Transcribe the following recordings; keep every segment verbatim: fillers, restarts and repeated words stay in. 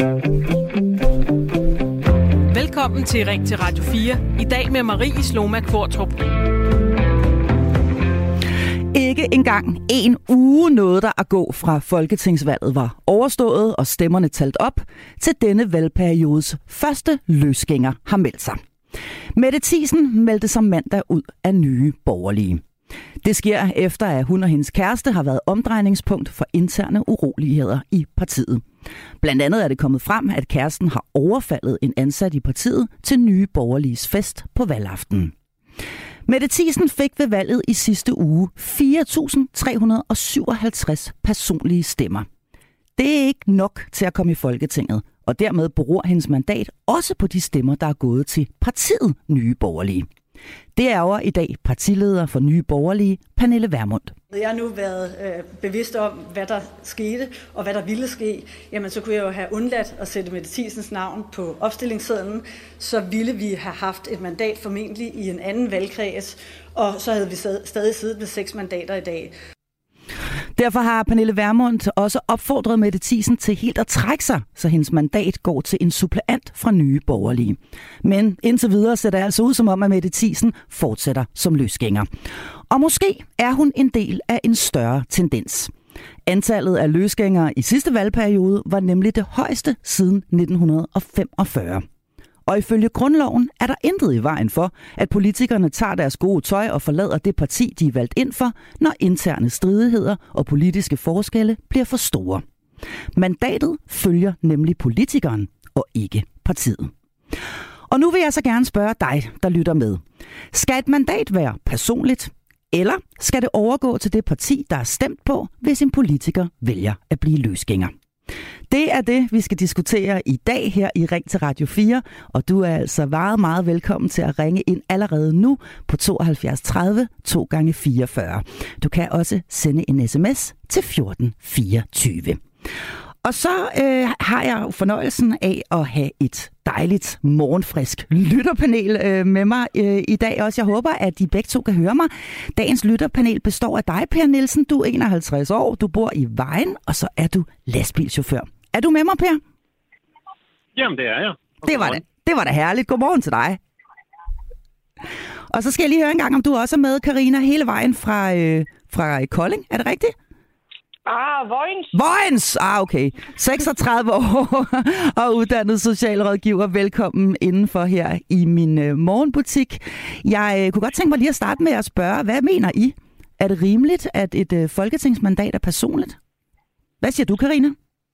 Velkommen til Ring til Radio fire. I dag med Marie Sloma Kvartrup. Ikke engang en uge nåede der at gå fra folketingsvalget var overstået og stemmerne talt op, til denne valgperiodes første løsgænger har meldt sig. Mette Thiesen meldte sig mandag ud af Nye Borgerlige. Det sker efter, at hun og hendes kæreste har været omdrejningspunkt for interne uroligheder i partiet. Blandt andet er det kommet frem, at kæresten har overfaldet en ansat i partiet til Nye Borgerliges fest på valgaften. Mette Thiesen fik ved valget i sidste uge fire tusind tre hundrede syvoghalvtreds personlige stemmer. Det er ikke nok til at komme i Folketinget, og dermed beror hendes mandat også på de stemmer, der er gået til partiet Nye Borgerlige. Det er over i dag partileder for Nye Borgerlige, Pernille Vermund. Jeg har nu været øh, bevidst om, hvad der skete og hvad der ville ske. Jamen, så kunne jeg jo have undladt at sætte Mette Thiesens navn på opstillingssedlen. Så ville vi have haft et mandat formentlig i en anden valgkreds, og så havde vi stadig siddet med seks mandater i dag. Derfor har Pernille Vermund også opfordret Mette Thiesen til helt at trække sig, så hendes mandat går til en suppleant fra Nye Borgerlige. Men indtil videre ser det altså ud som om, at Mette Thiesen fortsætter som løsgænger. Og måske er hun en del af en større tendens. Antallet af løsgængere i sidste valgperiode var nemlig det højeste siden nitten femogfyrre. Og ifølge grundloven er der intet i vejen for, at politikerne tager deres gode tøj og forlader det parti, de er valgt ind for, når interne stridigheder og politiske forskelle bliver for store. Mandatet følger nemlig politikeren og ikke partiet. Og nu vil jeg så gerne spørge dig, der lytter med. Skal et mandat være personligt, eller skal det overgå til det parti, der er stemt på, hvis en politiker vælger at blive løsgænger? Det er det, vi skal diskutere i dag her i Ring til Radio fire, og du er altså meget, meget velkommen til at ringe ind allerede nu på tooghalvfjerds tredive to gange fireogfyrre. Du kan også sende en sms til fjorten fireogtyve. Og så øh, har jeg fornøjelsen af at have et dejligt morgenfrisk lytterpanel øh, med mig øh, i dag også. Jeg håber, at de begge to kan høre mig. Dagens lytterpanel består af dig, Per Nielsen. Du er enoghalvtreds år, du bor i Vejen, og så er du lastbilchauffør. Er du med mig, Per? Jamen, det er jeg. Det var, da, det var da herligt. Godmorgen til dig. Og så skal jeg lige høre en gang, om du også er med, Karina, hele vejen fra, øh, fra Kolding. Er det rigtigt? Ah, Vojens. Vojens! Ah, okay. seksogtredive år og uddannet socialrådgiver. Velkommen indenfor her i min øh, morgenbutik. Jeg øh, kunne godt tænke mig lige at starte med at spørge, hvad mener I? Er det rimeligt, at et øh, folketingsmandat er personligt? Hvad siger du, Karina?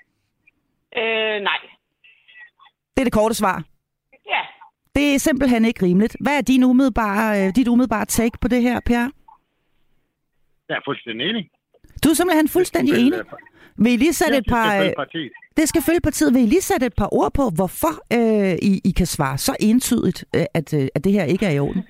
Øh, nej. Det er det korte svar. Ja. Det er simpelthen ikke rimeligt. Hvad er din umiddelbare, øh, dit umiddelbare take på det her, Per? Jeg er fuldstændig enig. Du er simpelthen fuldstændig enig. Vil I lige sætte et par... Det skal følge partiet. Det skal følge partiet. Vil I lige sætte et par ord på, hvorfor øh, I, I kan svare så entydigt, øh, at, øh, at det her ikke er i orden?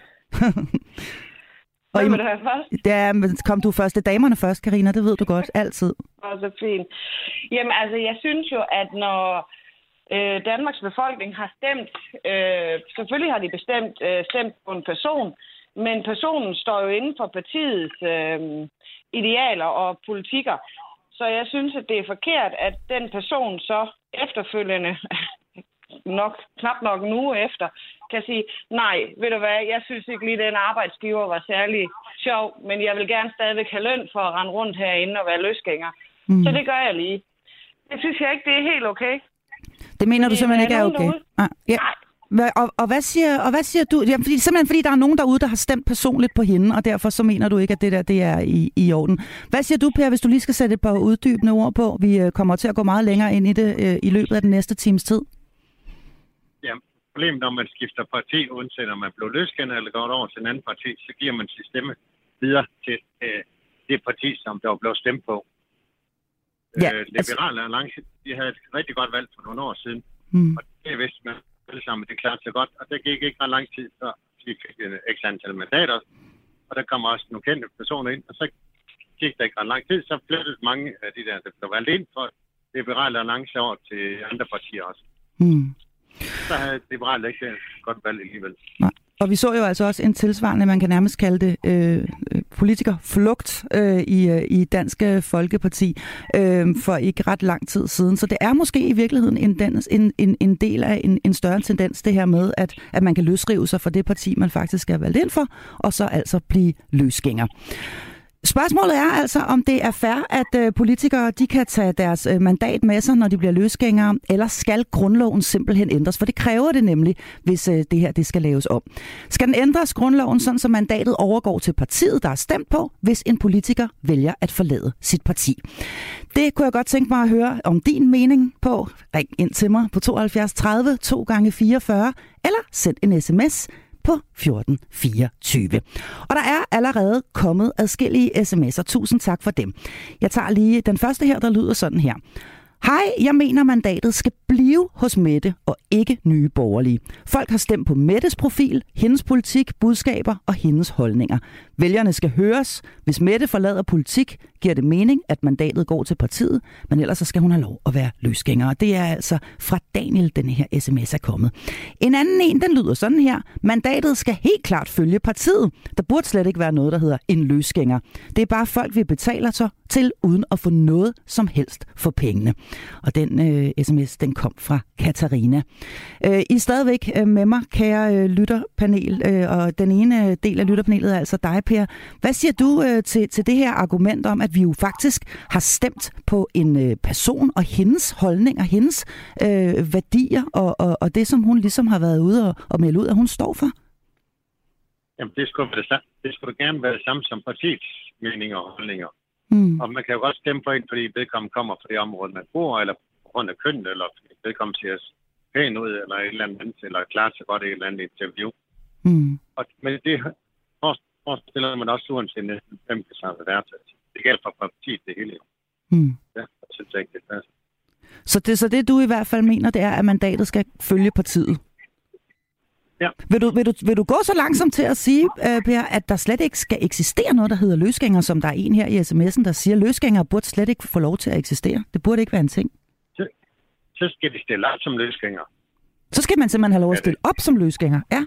Hvad vil du have først? Ja, men kom du først. Det er damerne først, Karina. Det ved du godt. Altid. Det er så fint. Jamen, altså, jeg synes jo, at når øh, Danmarks befolkning har stemt... Øh, selvfølgelig har de bestemt øh, stemt på en person, men personen står jo inden for partiets... Øh, idealer og politikker. Så jeg synes, at det er forkert, at den person så efterfølgende, nok, knap nok en uge efter, kan sige, nej, ved du hvad, jeg synes ikke lige, den arbejdsgiver var særlig sjov, men jeg vil gerne stadigvæk have løn for at rende rundt herinde og være løsgænger. Mm. Så det gør jeg lige. Det synes jeg ikke, det er helt okay. Det mener du simpelthen ikke er okay? Ah, ja. Nej. Og, og, hvad siger, og hvad siger du? Jamen, fordi, simpelthen fordi der er nogen derude, der har stemt personligt på hende, og derfor så mener du ikke, at det der det er i, i orden. Hvad siger du, Per, hvis du lige skal sætte et par uddybende ord på? Vi øh, kommer til at gå meget længere ind i det øh, i løbet af den næste times tid. Ja, problemet når man skifter parti, uanset om man bliver løsgænger eller går over til en anden parti, så giver man sin stemme videre til øh, det parti, som der blev stemt på. Ja, øh, Liberale Alliance, de havde et rigtig godt valg for nogle år siden, mm. og det vidste man alle sammen, det klarte sig godt, og der gik ikke ret lang tid, før de fik et ekstra antal mandater, og der kom også nogle kendte personer ind, og så gik der ikke ret lang tid, så flyttede mange af de der, der blev valgt ind for Liberale Alliance over til andre partier også. Mm. Så havde Liberale ikke godt valg alligevel. Nej. Og vi så jo altså også en tilsvarende, man kan nærmest kalde det, øh, politikerflugt øh, i, i Dansk Folkeparti øh, for ikke ret lang tid siden. Så det er måske i virkeligheden en, en, en, en del af en, en større tendens, det her med, at, at man kan løsrive sig fra det parti, man faktisk er valgt ind for, og så altså blive løsgænger. Spørgsmålet er altså, om det er fair, at øh, politikere de kan tage deres øh, mandat med sig, når de bliver løsgængere, eller skal grundloven simpelthen ændres? For det kræver det nemlig, hvis øh, det her det skal laves om. Skal den ændres, grundloven, sådan så mandatet overgår til partiet, der er stemt på, hvis en politiker vælger at forlade sit parti? Det kunne jeg godt tænke mig at høre om din mening på. Ring ind til mig på tooghalvfjerds tredive to gange fireogfyrre, eller send en sms på fjorten fireogtyve. Og der er allerede kommet adskillige sms'er. Tusind tak for dem. Jeg tager lige den første her, der lyder sådan her. Hej, jeg mener, mandatet skal blive hos Mette og ikke Nye Borgerlige. Folk har stemt på Mettes profil, hendes politik, budskaber og hendes holdninger. Vælgerne skal høres. Hvis Mette forlader politik, giver det mening, at mandatet går til partiet, men ellers så skal hun have lov at være løsgænger. Og det er altså fra Daniel, den her sms er kommet. En anden en, den lyder sådan her. Mandatet skal helt klart følge partiet. Der burde slet ikke være noget, der hedder en løsgænger. Det er bare folk, vi betaler så til, uden at få noget som helst for pengene. Og den øh, sms, den kom fra Katarina. Øh, I er stadigvæk øh, med mig, kære øh, lytterpanel, øh, og den ene del af lytterpanelet er altså dig, Per. Hvad siger du øh, til, til det her argument om, at vi jo faktisk har stemt på en øh, person og hendes holdninger, hendes øh, værdier og, og, og det, som hun ligesom har været ude og, og melde ud, at hun står for? Jamen, det skulle, være det, samme. det skulle gerne være det samme som partiets meninger og holdninger. Mm. Og man kan jo godt stemme for en, fordi vedkommende kommer fra det område, man bor, eller på grund af køn, eller fordi vedkommende ser pæn ud, eller et eller andet, eller klarer sig godt i et eller andet interview. Mm. Og, men det forestiller man også uanset næsten hvem kan samle værdsat. Det gælder for partiet det hele. Mm. Ja, jeg synes ikke, det passer. Så det, så det, du i hvert fald mener, det er, at mandatet skal følge partiet? Ja. Vil du, vil, du, vil du gå så langsomt til at sige, uh, Per, at der slet ikke skal eksistere noget, der hedder løsgænger, som der er en her i sms'en, der siger, at løsgænger burde slet ikke få lov til at eksistere? Det burde ikke være en ting. Så, så skal de stille op som løsgænger. Så skal man simpelthen have lov at stille op som løsgænger, ja?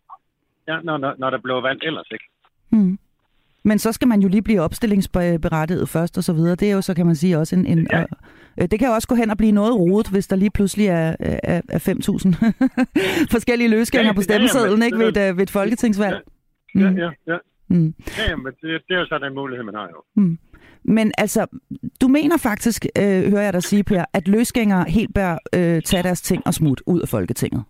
Ja, når, når, når der bliver valgt ellers, ikke? Hmm. Men så skal man jo lige blive opstillingsberettiget først og så videre. Det er jo så, kan man sige, også en... en ja. øh, det kan jo også gå hen og blive noget rodet, hvis der lige pludselig er, er, er fem tusind forskellige løsgænger ja, på stemmesedlen, ja, ikke, ved et, ved et folketingsvalg. Ja, ja, ja. ja. Mm. ja men det, det er jo så den mulighed, man har jo. Mm. Men altså, du mener faktisk, øh, hører jeg dig sige, Per, at løsgængere helt bør øh, tage deres ting og smut ud af Folketinget?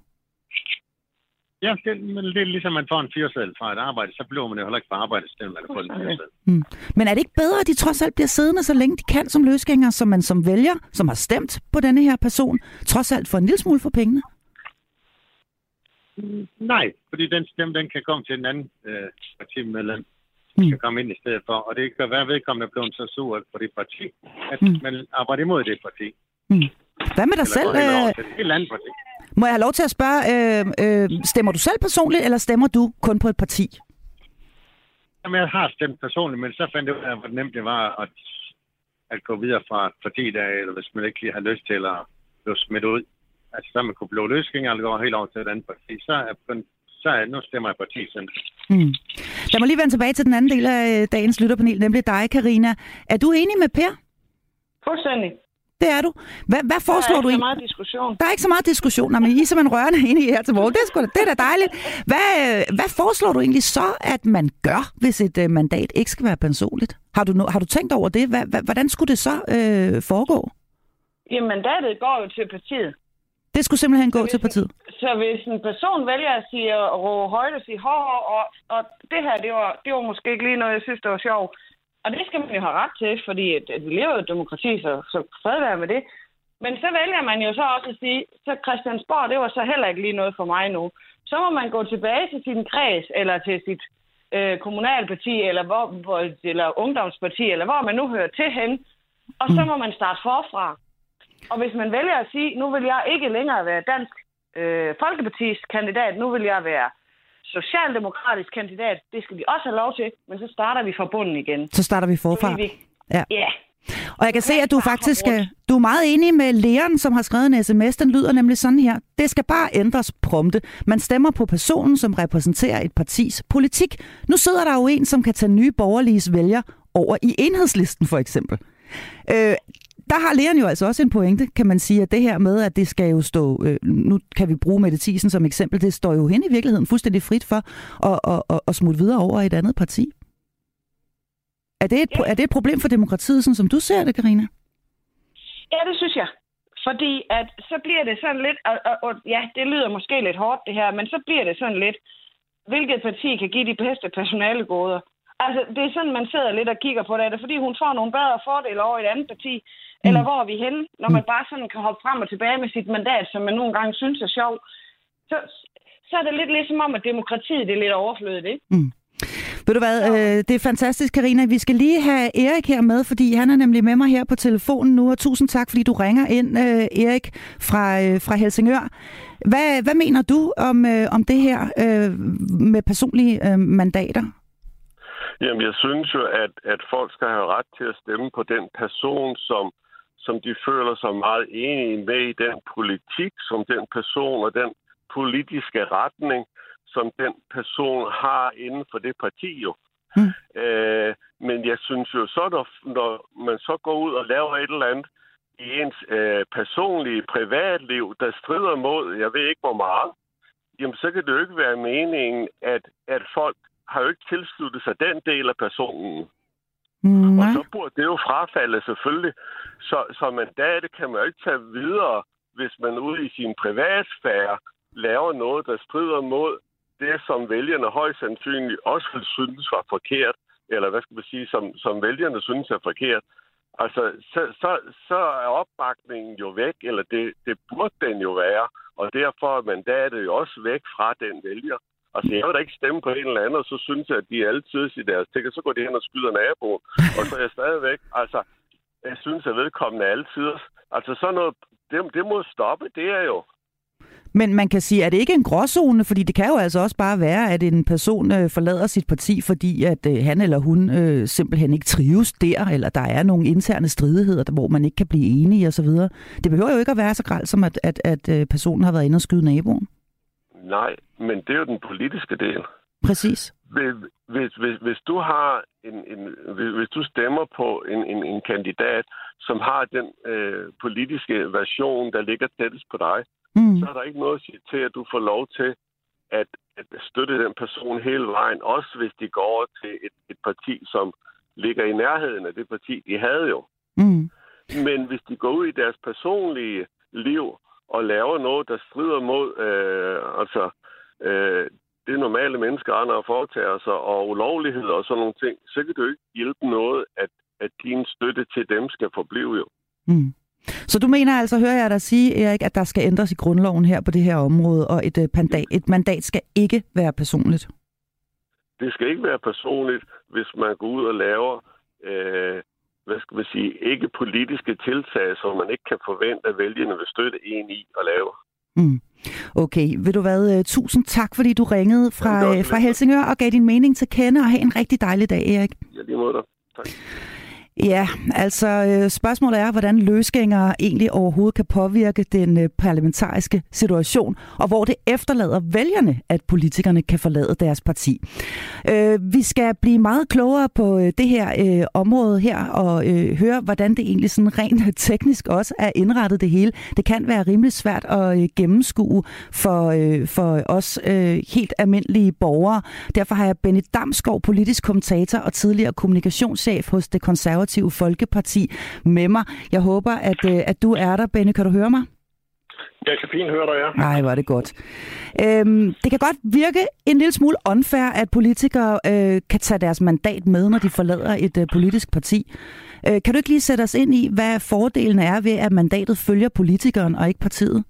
Ja, det, men det er ligesom, man får en fyreseddel fra et arbejde, så bliver man jo heller ikke på arbejde, så man får en fyreseddel. Mm. Men er det ikke bedre, at de trods alt bliver siddende, så længe de kan som løsgængere, som man som vælger, som har stemt på denne her person, trods alt får en lille smule for pengene? Mm, nej, fordi den stemme, den kan komme til en anden øh, partimedlem, som mm. kan komme ind i stedet for, og det kan være vedkommende er blevet så sur på det parti, at mm. man arbejder imod det parti. Mm. Hvad med dig eller selv? Eller øh... til et helt andet parti. Må jeg have lov til at spørge, øh, øh, stemmer du selv personligt, eller stemmer du kun på et parti? Jamen, jeg har stemt personligt, men så fandt jeg ud af, hvor nemt det var at, at gå videre fra et parti der, eller hvis man ikke lige har lyst til at blive smidt ud. Altså, så man kunne blive løsgænger, eller gå helt over til et andet parti. Så er, så er nu stemmer jeg parti selv. Mm. Lad mig lige vende tilbage til den anden del af dagens lytterpanel, nemlig dig, Karina. Er du enig med Per? Fuldstændig. Det er du. Hvad, hvad foreslår du? Der er ikke så meget diskussion. Der er ikke så meget diskussion, men I er simpelthen rørende enige her til morgen. Det er, sgu da, det er da dejligt. Hvad, hvad foreslår du egentlig så, at man gør, hvis et uh, mandat ikke skal være personligt? Har du, no, har du tænkt over det? Hva, hva, hvordan skulle det så øh, foregå? Jamen, mandatet går jo til partiet. Det skulle simpelthen gå så til partiet? En, så hvis en person vælger at sige og råbe højt og sige hår, og, og det her, det var, det var måske ikke lige noget, jeg synes, det var sjovt. Og det skal man jo have ret til, fordi at, at vi lever i et demokrati, så, så fred være med det. Men så vælger man jo så også at sige, så Christiansborg, det var så heller ikke lige noget for mig nu. Så må man gå tilbage til sin kreds, eller til sit øh, kommunalparti, eller, hvor, eller ungdomsparti, eller hvor man nu hører til hen. Og så må man starte forfra. Og hvis man vælger at sige, nu vil jeg ikke længere være dansk øh, folkepartis kandidat, nu vil jeg være socialdemokratisk kandidat, det skal vi også have lov til, men så starter vi fra bunden igen. Så starter vi forfra? Vi, ja. ja, Og jeg kan se, at du faktisk du er meget enig med læreren, som har skrevet en sms. Den lyder nemlig sådan her. Det skal bare ændres prompte. Man stemmer på personen, som repræsenterer et partis politik. Nu sidder der jo en, som kan tage Nye Borgerliges vælger over i Enhedslisten, for eksempel. Øh, der har læreren jo altså også en pointe, kan man sige, at det her med, at det skal jo stå, øh, nu kan vi bruge Mette Thiesen som eksempel, det står jo hen i virkeligheden fuldstændig frit for at, at, at, at smutte videre over i et andet parti. Er det, et, er det et problem for demokratiet, sådan som du ser det, Karina? Ja, det synes jeg. Fordi at så bliver det sådan lidt, og, og, og ja, det lyder måske lidt hårdt det her, men så bliver det sådan lidt, hvilket parti kan give de bedste personalegoder? Altså, det er sådan, man sidder lidt og kigger på det. Er det fordi, hun får nogle bedre fordele over et andet parti? Mm. Eller hvor er vi henne, når man bare sådan kan hoppe frem og tilbage med sit mandat, som man nogle gange synes er sjov? Så, så er det lidt ligesom om, at demokratiet det er lidt overflødigt, ikke? Mm. Ved du hvad, øh, det er fantastisk, Karina. Vi skal lige have Erik her med, fordi han er nemlig med mig her på telefonen nu, og tusind tak, fordi du ringer ind, øh, Erik, fra, øh, fra Helsingør. Hvad, hvad mener du om, øh, om det her øh, med personlige øh, mandater? Jamen, jeg synes jo, at, at folk skal have ret til at stemme på den person, som, som de føler sig meget enige med i den politik, som den person og den politiske retning, som den person har inden for det parti jo. Mm. Øh, men jeg synes jo så, når, når man så går ud og laver et eller andet i ens øh, personlige privatliv, der strider mod, jeg ved ikke hvor meget, jamen så kan det jo ikke være meningen, at, at folk har jo ikke tilsluttet sig den del af personen. Mm. Og så burde det jo frafalde selvfølgelig. Så, så mandatet kan man jo ikke tage videre, hvis man ude i sin privatsfære laver noget, der strider mod det, som vælgerne højst sandsynligt også vil synes var forkert, eller hvad skal man sige, som, som vælgerne synes er forkert. Altså, så, så, så er opbakningen jo væk, eller det, det burde den jo være, og derfor er mandatet jo også væk fra den vælger. Altså, jeg vil da ikke stemme på en eller anden, og så synes jeg, at de altid i deres ting, så går de hen og skyder naboen, og så er jeg stadigvæk, altså, jeg synes, at vedkommende er altid. Altså, sådan noget, det, det må stoppe, det er jo. Men man kan sige, at det ikke er en gråzone, fordi det kan jo altså også bare være, at en person øh, forlader sit parti, fordi at øh, han eller hun øh, simpelthen ikke trives der, eller der er nogle interne stridigheder, hvor man ikke kan blive enige osv. Det behøver jo ikke at være så grelt, som at, at, at øh, personen har været inde og skyde naboen. Nej, men det er jo den politiske del. Præcis. Hvis, hvis, hvis, hvis du har en, en hvis, hvis du stemmer på en, en, en kandidat, som har den øh, politiske version, der ligger tættest på dig, mm. så er der ikke noget at sige til, at du får lov til at, at støtte den person hele vejen, også hvis de går over til et, et parti, som ligger i nærheden af det parti, de havde jo. Mm. Men hvis de går ud i deres personlige liv og laver noget, der strider mod øh, altså, øh, det normale mennesker andre og foretager sig, og ulovligheder og sådan nogle ting, så kan det jo ikke hjælpe noget, at, at din støtte til dem skal forblive jo. Mm. Så du mener altså, hører jeg dig sige, Erik, at der skal ændres i grundloven her på det her område, og et, mandat, et mandat skal ikke være personligt? Det skal ikke være personligt, hvis man går ud og laver øh, hvad skal man sige, ikke politiske tiltag, som man ikke kan forvente, at vælgerne vil støtte en i at lave. Mm. Okay, ved du hvad, tusind tak, fordi du ringede fra, Jamen, fra Helsingør og gav din mening til kende, og have en rigtig dejlig dag, Erik. Ja, lige måde dig. Tak. Ja, altså spørgsmålet er, hvordan løsgængere egentlig overhovedet kan påvirke den parlamentariske situation, og hvor det efterlader vælgerne, at politikerne kan forlade deres parti. Vi skal blive meget klogere på det her område her, og høre, hvordan det egentlig sådan rent teknisk også er indrettet det hele. Det kan være rimelig svært at gennemskue for, for os helt almindelige borgere. Derfor har jeg Benny Damsgaard, politisk kommentator og tidligere kommunikationschef hos Det Konservative Folkeparti med mig. Jeg håber, at, at du er der, Benny. Kan du høre mig? Jeg kan fint høre dig, ja. Nej, hvor er det godt. Øhm, det kan godt virke en lille smule unfair, at politikere øh, kan tage deres mandat med, når de forlader et øh, politisk parti. Øh, kan du ikke lige sætte os ind i, hvad fordelen er ved, at mandatet følger politikeren og ikke partiet?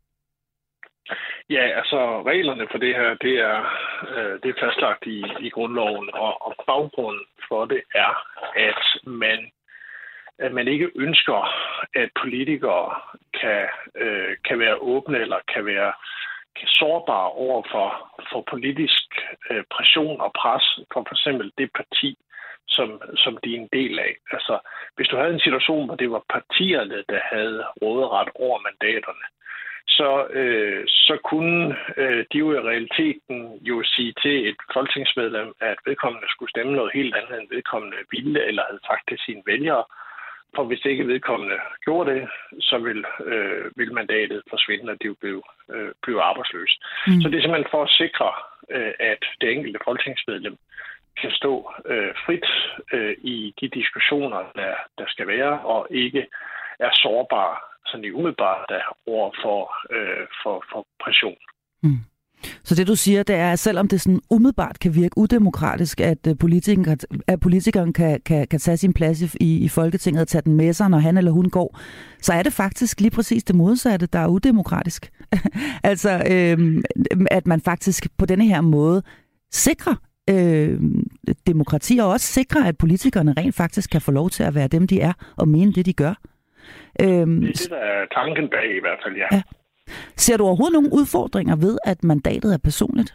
Ja, altså reglerne for det her, det er, øh, det er fastlagt i, i grundloven, og, og baggrunden for det er, at man, at man ikke ønsker, at politikere kan, øh, kan være åbne eller kan være kan sårbare over for, for politisk øh, pression og pres for for eksempel det parti, som, som de er en del af. Altså, hvis du havde en situation, hvor det var partierne, der havde råderet over mandaterne, så, øh, så kunne øh, de jo i realiteten jo sige til et folketingsmedlem, at vedkommende skulle stemme noget helt andet, end vedkommende ville eller havde sagt til sine vælgere. For hvis ikke vedkommende gjorde det, så vil, øh, vil mandatet forsvinde, og de vil blive, øh, blive arbejdsløse. Mm. Så det er simpelthen for at sikre, øh, at det enkelte folketingsmedlem kan stå øh, frit øh, i de diskussioner, der, der skal være, og ikke er sårbare sådan i umiddelbart der over for, øh, for, for pression. Mm. Så det du siger, det er, at selvom det sådan umiddelbart kan virke udemokratisk, at politikeren, kan, at politikeren kan, kan, kan tage sin plads i, i Folketinget og tage den med sig, når han eller hun går, så er det faktisk lige præcis det modsatte, der er udemokratisk. altså, øh, at man faktisk på denne her måde sikrer øh, demokrati, og også sikrer, at politikerne rent faktisk kan få lov til at være dem, de er, og mene det, de gør. Øh, det er det, der er tanken bag i hvert fald, ja. ja. Ser du overhovedet nogle udfordringer ved, at mandatet er personligt?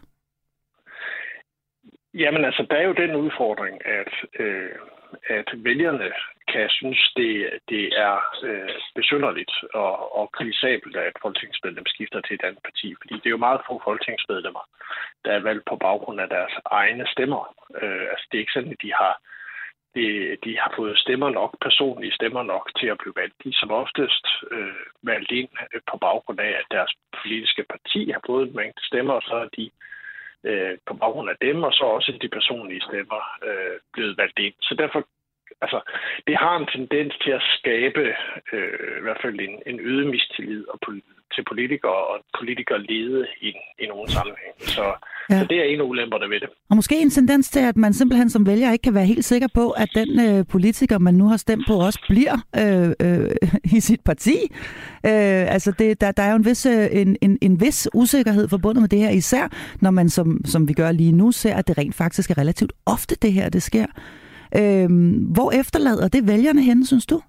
Jamen altså, der er jo den udfordring, at, øh, at vælgerne kan synes, det, det er øh, besynderligt og, og kritisabelt, at et folketingsmedlem skifter til et andet parti. Fordi det er jo meget få folketingsmedlemmer, der er valgt på baggrund af deres egne stemmer. Øh, altså, det er ikke sådan, at de har De, de har fået stemmer nok, personlige stemmer nok til at blive valgt. De er som oftest øh, valgt ind på baggrund af, at deres politiske parti har fået en mængde stemmer, og så er de øh, på baggrund af dem, og så også de personlige stemmer øh, blevet valgt ind. Så derfor, altså, det har en tendens til at skabe øh, i hvert fald en, en øget mistillid og til politikere og politikerlede i, i nogle sammenhæng. Så, ja. så det er en af ulemperne ved det. Og måske en tendens til, at man simpelthen som vælger ikke kan være helt sikker på, at den øh, politiker, man nu har stemt på, også bliver øh, øh, i sit parti. Øh, altså, det, der, der er jo en vis, øh, en, en, en vis usikkerhed forbundet med det her, især når man, som, som vi gør lige nu, ser, at det rent faktisk er relativt ofte det her, det sker. Øh, hvor efterlader det vælgerne henne, synes du?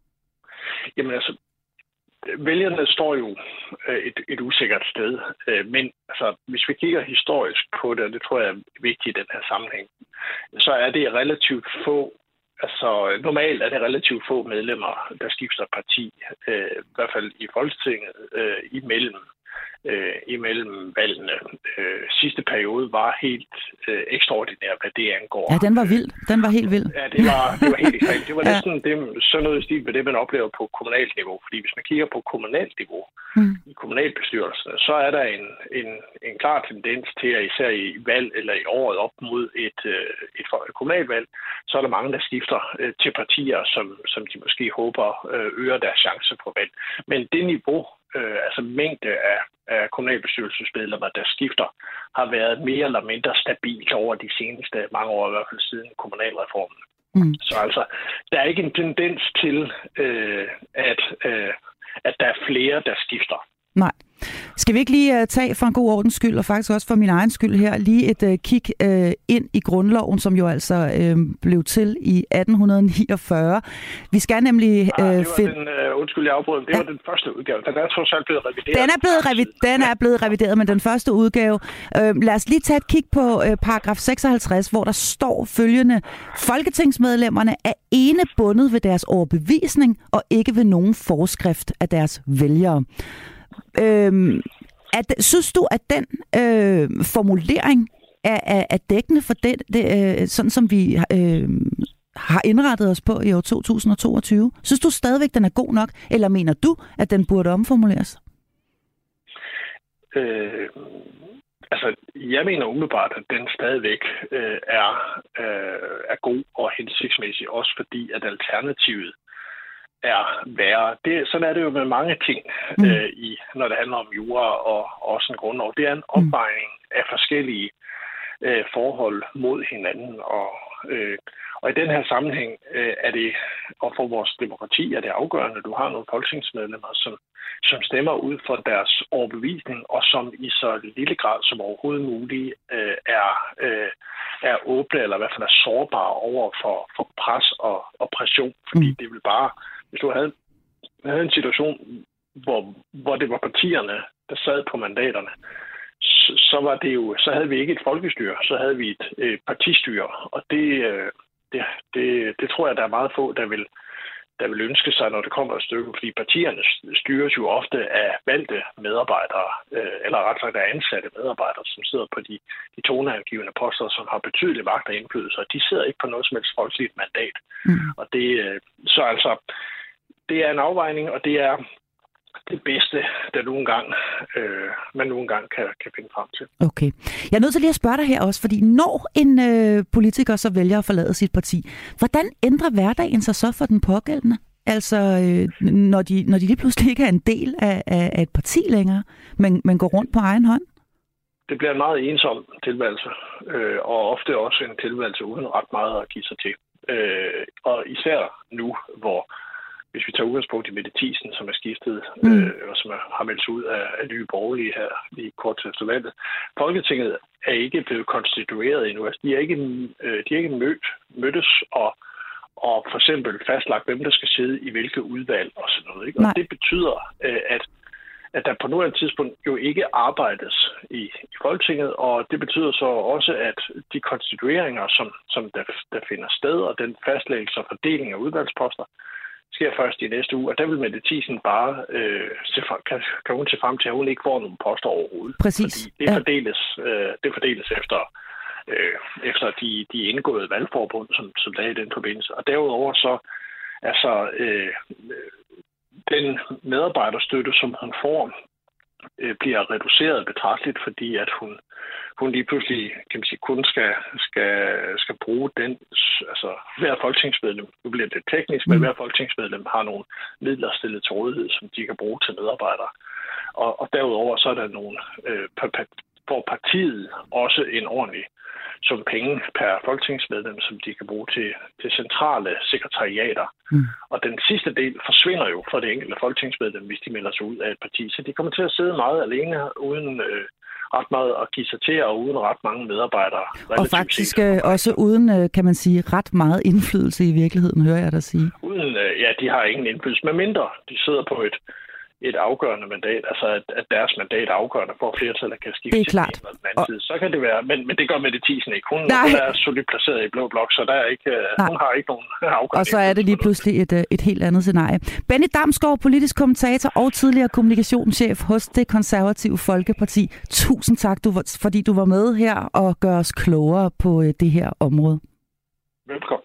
Jamen altså, vælgerne står jo et, et usikkert sted, men altså, hvis vi kigger historisk på det, og det tror jeg er vigtigt i den her sammenhæng, så er det relativt få, altså normalt er det relativt få medlemmer, der skifter parti, i hvert fald i Folketinget, imellem Øh, imellem valgene. Øh, sidste periode var helt øh, ekstraordinær, hvad det angår. Ja, den var vild. Den var helt vild. Ja, det var, det var helt ekstremt. Det var ja. næsten det, sådan noget stil med det, man oplever på kommunalt niveau. Fordi hvis man kigger på kommunalt niveau, mm. i kommunalbestyrelserne, så er der en, en, en klar tendens til, at især i valg eller i året op mod et, et, et kommunalvalg, så er der mange, der skifter øh, til partier, som, som de måske håber øh, øger deres chance på valg. Men det niveau, Øh, altså mængde af, af kommunalbestyrelsesmedlemmer, der skifter, har været mere eller mindre stabilt over de seneste mange år, i hvert fald siden kommunalreformen. Mm. Så altså, der er ikke en tendens til, øh, at, øh, at der er flere, der skifter. Nej. Skal vi ikke lige uh, tage for en god ordens skyld, og faktisk også for min egen skyld her, lige et uh, kig uh, ind i grundloven, som jo altså uh, blev til i atten niogfyrre. Vi skal nemlig uh, ah, finde... Uh, undskyld, jeg afbryder. Det ja. var den første udgave. Den er trods alt blevet revideret. Den er blevet, revi- den er blevet revideret, men den første udgave... Uh, lad os lige tage et kig på uh, paragraf seksoghalvtreds, hvor der står følgende: Folketingsmedlemmerne er ene bundet ved deres overbevisning, og ikke ved nogen forskrift af deres vælgere. Øhm, at, synes du, at den øh, formulering er, er, er dækkende for det, det øh, sådan som vi øh, har indrettet os på i år to tusind og toogtyve? Synes du stadigvæk, den er god nok, eller mener du, at den burde omformuleres? Øh, altså, jeg mener umiddelbart, at den stadigvæk øh, er, øh, er god og hensigtsmæssig, også fordi at alternativet er værre. Det, sådan er det jo med mange ting, mm. øh, i, når det handler om jura og også en grundlov. Det er en opvejning af forskellige øh, forhold mod hinanden. Og, øh, og i den her sammenhæng øh, er det, og for vores demokrati er det afgørende, at du har nogle folketingsmedlemmer, som, som stemmer ud for deres overbevisning, og som i så lille grad som overhovedet muligt øh, er, øh, er åbne, eller i hvert fald er sårbare over for, for pres og, og pression. Fordi mm. det vil bare... Hvis du havde, havde en situation, hvor, hvor det var partierne, der sad på mandaterne, så var det jo, så havde vi ikke et folkestyre, så havde vi et øh, partistyre, og det, øh, det, det, det tror jeg, der er meget få, der vil, der vil ønske sig, når det kommer et stykke, fordi partierne styres jo ofte af valgte medarbejdere, øh, eller ret sagt af ansatte medarbejdere, som sidder på de, de toneangivende poster, som har betydelig magt og indflydelse, og de sidder ikke på noget som helst folkeligt mandat. Mm. Og det, øh, så altså, det er en afvejning, og det er det bedste, der nogle gange, øh, man nogle gange kan, kan finde frem til. Okay. Jeg er nødt til lige at spørge dig her også, fordi når en øh, politiker så vælger at forlade sit parti, hvordan ændrer hverdagen sig så for den pågældende? Altså, øh, når, de, når de lige pludselig ikke er en del af, af, af et parti længere, men, men går rundt på egen hånd? Det bliver en meget ensom tilværelse, øh, og ofte også en tilværelse uden ret meget at give sig til. Øh, og især nu, hvor hvis vi tager udgangspunkt i Mette Thiesen, som er skiftet, mm. øh, og som er, har meldt sig ud af, af Nye Borgerlige her lige kort efter valget. Folketinget er ikke blevet konstitueret endnu. Altså, de er ikke, øh, de er ikke mødt, mødtes og, og for eksempel fastlagt, hvem der skal sidde i hvilke udvalg og sådan noget. Ikke? Og det betyder, øh, at, at der på nuværende tidspunkt jo ikke arbejdes i, i Folketinget, og det betyder så også, at de konstitueringer, som, som der, der finder sted, og den fastlæggelse og fordeling af udvalgsposter, sker først i næste uge, og der vil Mette Thiesen bare øh, se, kan, kan hun se frem til, at hun ikke får nogen poster overhovedet. Præcis. Fordi det fordeles, øh, det fordeles efter, øh, efter de, de indgåede valgforbund, som, som der er i den forbindelse. Og derudover så, altså, øh, den medarbejderstøtte, som hun får, øh, bliver reduceret betragteligt, fordi at hun hun lige pludselig, kan man sige, kun skal, skal, skal bruge den, altså hver folketingsmedlem, nu bliver det teknisk, men hver folketingsmedlem har nogle midler stillet til rådighed, som de kan bruge til medarbejdere. Og, og derudover så er der nogle, øh, for partiet også en ordentlig sum penge per folketingsmedlem, som de kan bruge til, til centrale sekretariater. Mm. Og den sidste del forsvinder jo for det enkelte folketingsmedlem, hvis de melder sig ud af et parti. Så de kommer til at sidde meget alene, uden øh, ret meget at give sig til, og uden ret mange medarbejdere. Og faktisk set, også uden, kan man sige, ret meget indflydelse i virkeligheden, hører jeg dig sige. Uden, ja, de har ingen indflydelse, med mindre de sidder på et, et afgørende mandat, altså at, at deres mandat er afgørende for, at flertallet kan skifte. Det er klart. Til den anden side. Så kan det være, men, men det gør Mette Thiesen ikke. Hun, hun er solidt placeret i blå blok, så der er ikke, hun har ikke nogen afgørende. Og så er det lige pludselig et, et helt andet scenarie. Benny Damsgaard, politisk kommentator og tidligere kommunikationschef hos Det Konservative Folkeparti. Tusind tak, du, fordi du var med her og gør os klogere på det her område. Velkommen.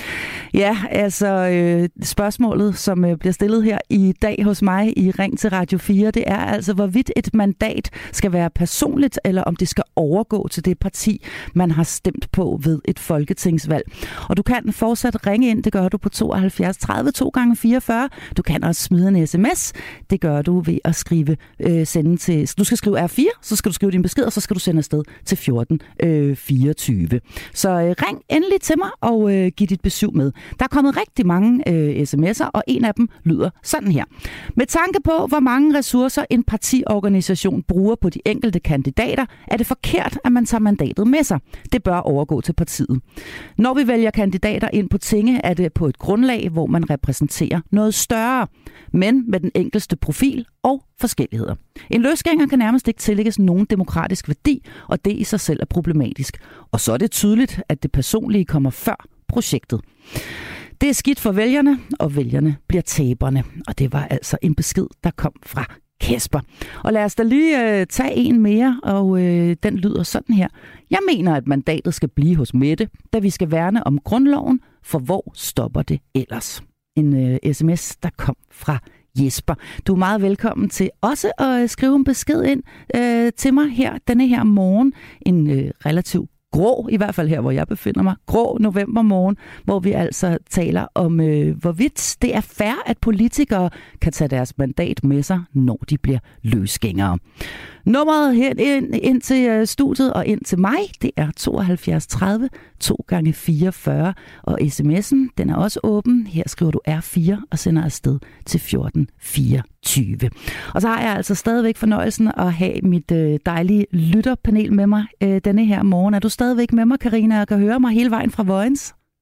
Ja, altså øh, spørgsmålet, som øh, bliver stillet her i dag hos mig i Ring til Radio fire, det er altså, hvorvidt et mandat skal være personligt, eller om det skal overgå til det parti, man har stemt på ved et folketingsvalg. Og du kan fortsat ringe ind, det gør du på tooghalvfjerds tredive to gange fireogfyrre. Du kan også smide en sms, det gør du ved at skrive, øh, sende til, du skal skrive R fire, så skal du skrive din besked, og så skal du sende afsted til fjorten fireogtyve. Så øh, ring endelig til mig og øh, giv dit besøg med. Der er kommet rigtig mange øh, sms'er, og en af dem lyder sådan her. Med tanke på, hvor mange ressourcer en partiorganisation bruger på de enkelte kandidater, er det forkert, at man tager mandatet med sig. Det bør overgå til partiet. Når vi vælger kandidater ind på tinge, er det på et grundlag, hvor man repræsenterer noget større, men med den enkelste profil og forskelligheder. En løsgænger kan nærmest ikke tillægges nogen demokratisk værdi, og det i sig selv er problematisk. Og så er det tydeligt, at det personlige kommer før projektet. Det er skidt for vælgerne, og vælgerne bliver taberne. Og det var altså en besked, der kom fra Kasper. Og lad os da lige øh, tage en mere, og øh, den lyder sådan her. Jeg mener, at mandatet skal blive hos Mette, da vi skal værne om grundloven, for hvor stopper det ellers? En øh, sms, der kom fra Jesper. Du er meget velkommen til også at skrive en besked ind øh, til mig her denne her morgen. En øh, relativt grå, i hvert fald her, hvor jeg befinder mig, grå novembermorgen, hvor vi altså taler om, øh, hvorvidt det er fair, at politikere kan tage deres mandat med sig, når de bliver løsgængere. Nummeret her ind, ind til studiet og ind til mig, det er tooghalvfjerds tredive to gange fireogfyrre, og sms'en, den er også åben. Her skriver du R fire og sender afsted til fjorten fireogtyve. Og så har jeg altså stadigvæk fornøjelsen at have mit øh, dejlige lytterpanel med mig øh, denne her morgen. Er du stadigvæk med mig, Karina, og kan høre mig hele vejen fra Vojens?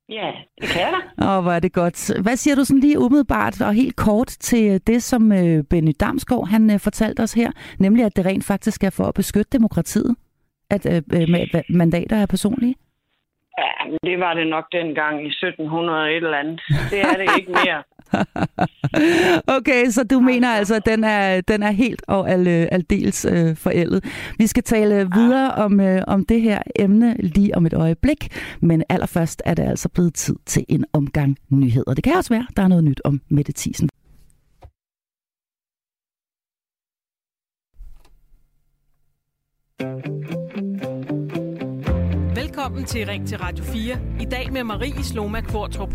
Ja, det kan jeg da. Åh, hvor er det godt. Hvad siger du sådan lige umiddelbart og helt kort til det, som øh, Benny Damsgaard han øh, fortalte os her, nemlig at det rent faktisk er for at beskytte demokratiet, at øh, øh, mandater er personlige? Ja, men det var det nok dengang i sytten hundrede et eller andet. Det er det ikke mere. Okay, så du mener altså, at den er, den er helt og al, aldeles øh, forældet. Vi skal tale videre om, øh, om det her emne lige om et øjeblik, men allerførst er det altså blevet tid til en omgang nyheder. Det kan også være, der er noget nyt om Mette Thiesen. Velkommen til Ring til Radio fire. I dag med Marie Sloma Kvartrup.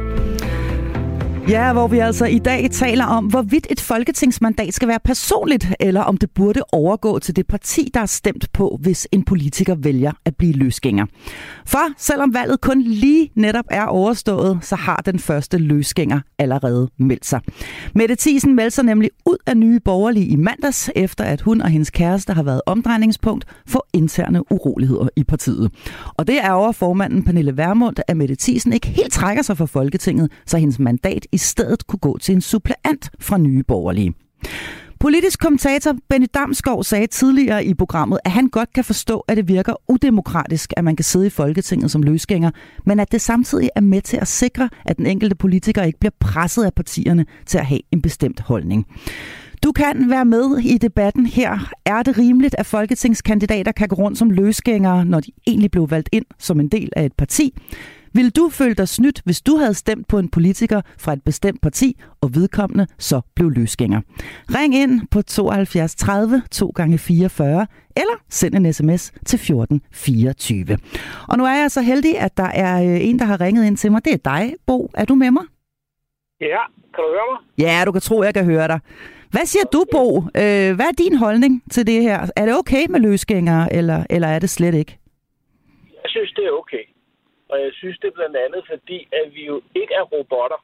Ja, hvor vi altså i dag taler om, hvorvidt et folketingsmandat skal være personligt, eller om det burde overgå til det parti, der er stemt på, hvis en politiker vælger at blive løsgænger. For selvom valget kun lige netop er overstået, så har den første løsgænger allerede meldt sig. Mette Thiesen meldte sig nemlig ud af Nye Borgerlige i mandags, efter at hun og hendes kæreste har været omdrejningspunkt for interne uroligheder i partiet. Og det er over formanden Pernille Vermund, at Mette Thiesen ikke helt trækker sig fra Folketinget, så hendes mandat i stedet kunne gå til en suppleant fra Nye Borgerlige. Politisk kommentator Benny Damsgaard sagde tidligere i programmet, at han godt kan forstå, at det virker udemokratisk, at man kan sidde i Folketinget som løsgænger, men at det samtidig er med til at sikre, at den enkelte politiker ikke bliver presset af partierne til at have en bestemt holdning. Du kan være med i debatten her. Er det rimeligt, at folketingskandidater kan gå rundt som løsgængere, når de egentlig blev valgt ind som en del af et parti? Vil du føle dig snydt, hvis du havde stemt på en politiker fra et bestemt parti, og vedkommende så blev løsgænger? Ring ind på tooghalvfjerds tredive to gange fireogfyrre, eller send en sms til fjorten fireogtyve. Og nu er jeg så heldig, at der er en, der har ringet ind til mig. Det er dig, Bo. Er du med mig? Ja, kan du høre mig? Ja, du kan tro, jeg kan høre dig. Hvad siger du, Bo? Øh, hvad er din holdning til det her? Er det okay med løsgængere, eller, eller er det slet ikke? Jeg synes, det er okay. Og jeg synes det blandt andet, fordi at vi jo ikke er robotter.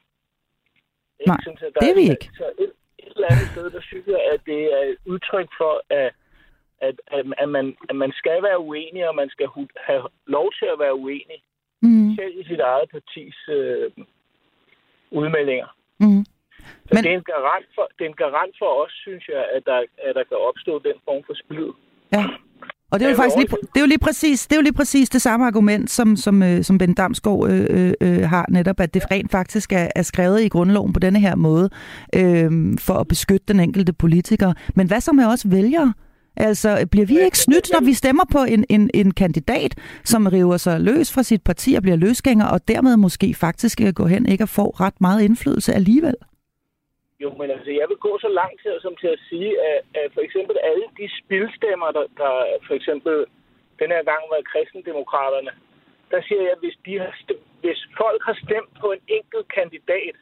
Jeg Nej, synes, det er vi ikke. Så et, et eller andet sted, der synes jeg, at det er et udtryk for, at, at, at, at, man, at man skal være uenig, og man skal have lov til at være uenig. Mm. Selv i sit eget partis øh, udmeldinger. Mm. Så Men... det, er en garant for, det er en garant for os, synes jeg, at der, at der kan opstå den form for splid. Ja. Og det er jo faktisk lige, det er jo lige præcis det er jo lige præcis det samme argument som som øh, som Ben Damsgaard øh, øh, har netop, at det rent faktisk er, er skrevet i grundloven på denne her måde øh, for at beskytte den enkelte politiker. Men hvad så med os vælgere? Altså, bliver vi ikke snydt, når vi stemmer på en, en, en kandidat, som river sig løs fra sit parti og bliver løsgænger, og dermed måske faktisk går hen ikke og får ret meget indflydelse alligevel? Jo, men altså, jeg vil gå så langt til, som til at sige, at, at for eksempel alle de spilstemmer, der, der for eksempel den her gang var kristendemokraterne, der siger jeg, at hvis, de har stemt, hvis folk har stemt på en enkelt kandidat,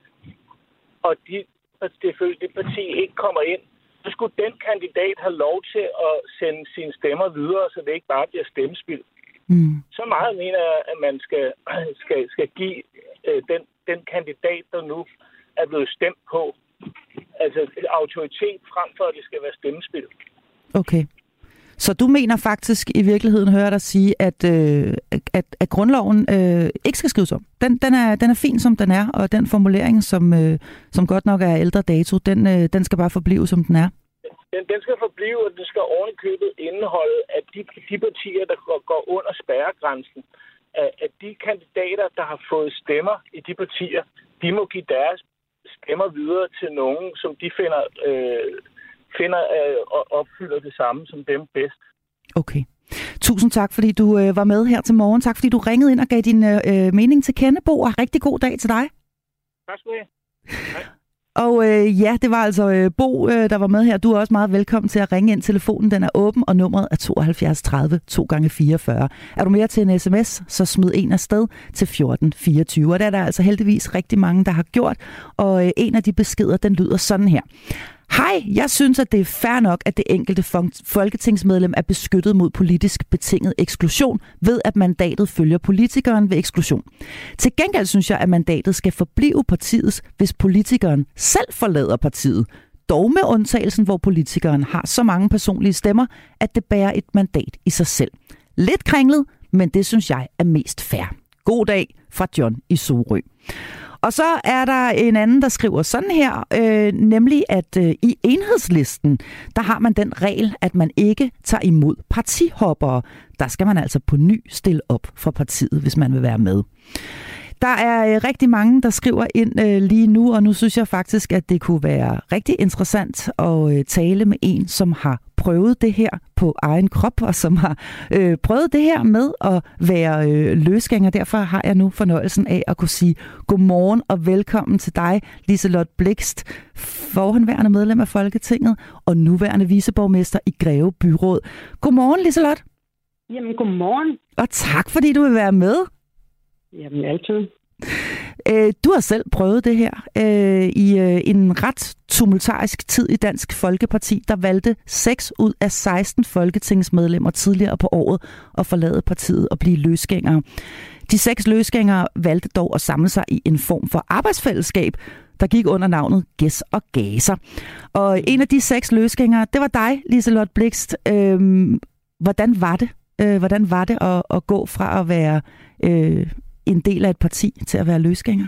og de, det, det parti ikke kommer ind, så skulle den kandidat have lov til at sende sine stemmer videre, så det ikke bare bliver stemmespil. Mm. Så meget mener jeg, at man skal, skal, skal give øh, den, den kandidat, der nu er blevet stemt på, altså autoritet frem for, at det skal være stemmespil. Okay. Så du mener faktisk i virkeligheden, hører dig sige, at, øh, at, at grundloven øh, ikke skal skrives om. Den, den, er, den er fin, som den er, og den formulering, som, øh, som godt nok er ældre dato, den, øh, den skal bare forblive, som den er. Den, den skal forblive, og den skal ovenikøbet indeholde, at de, de partier, der går, går under spærregrænsen, at, at de kandidater, der har fået stemmer i de partier, de må give deres stemmer videre til nogen, som de finder, øh, finder øh, og opfylder det samme som dem bedst. Okay. Tusind tak, fordi du øh, var med her til morgen. Tak, fordi du ringede ind og gav din øh, mening til kende, Bo, og rigtig god dag til dig. Tak skal du have. Hej. Og øh, ja, det var altså øh, Bo, øh, der var med her. Du er også meget velkommen til at ringe ind. Telefonen den er åben, og nummeret er tooghalvfjerds tredive to gange fireogfyrre. Er du mere til en sms, så smid en afsted til fjorten fireogtyve. Og der er der altså heldigvis rigtig mange, der har gjort. Og øh, en af de beskeder, den lyder sådan her. Hej, jeg synes, at det er fair nok, at det enkelte folketingsmedlem er beskyttet mod politisk betinget eksklusion ved, at mandatet følger politikeren ved eksklusion. Til gengæld synes jeg, at mandatet skal forblive partiets, hvis politikeren selv forlader partiet. Dog med undtagelsen, hvor politikeren har så mange personlige stemmer, at det bærer et mandat i sig selv. Lidt kringlet, men det synes jeg er mest fair. God dag. fra John i Sorø. Og så er der en anden, der skriver sådan her, øh, nemlig at øh, i Enhedslisten, der har man den regel, at man ikke tager imod partihoppere. Der skal man altså på ny stille op for partiet, hvis man vil være med. Der er øh, rigtig mange, der skriver ind øh, lige nu, og nu synes jeg faktisk, at det kunne være rigtig interessant at øh, tale med en, som har prøvet det her på egen krop, og som har øh, prøvet det her med at være øh, løsgænger. Derfor har jeg nu fornøjelsen af at kunne sige godmorgen og velkommen til dig, Liselott Blixt, forhenværende medlem af Folketinget og nuværende viceborgmester i Greve Byråd. Godmorgen, Liselott. Jamen, godmorgen. Og tak, fordi du vil være med. Jamen, altid. Du har selv prøvet det her øh, i øh, en ret tumultarisk tid i Dansk Folkeparti. Der valgte seks ud af seksten folketingsmedlemmer tidligere på året at forlade partiet og blive løsgængere. De seks løsgængere valgte dog at samle sig i en form for arbejdsfællesskab, der gik under navnet Gæs og Gaser. Og en af de seks løsgængere, det var dig, Liselott Blixt. Øh, hvordan var det? Øh, hvordan var det at, at gå fra at være Øh, en del af et parti til at være løsgænger?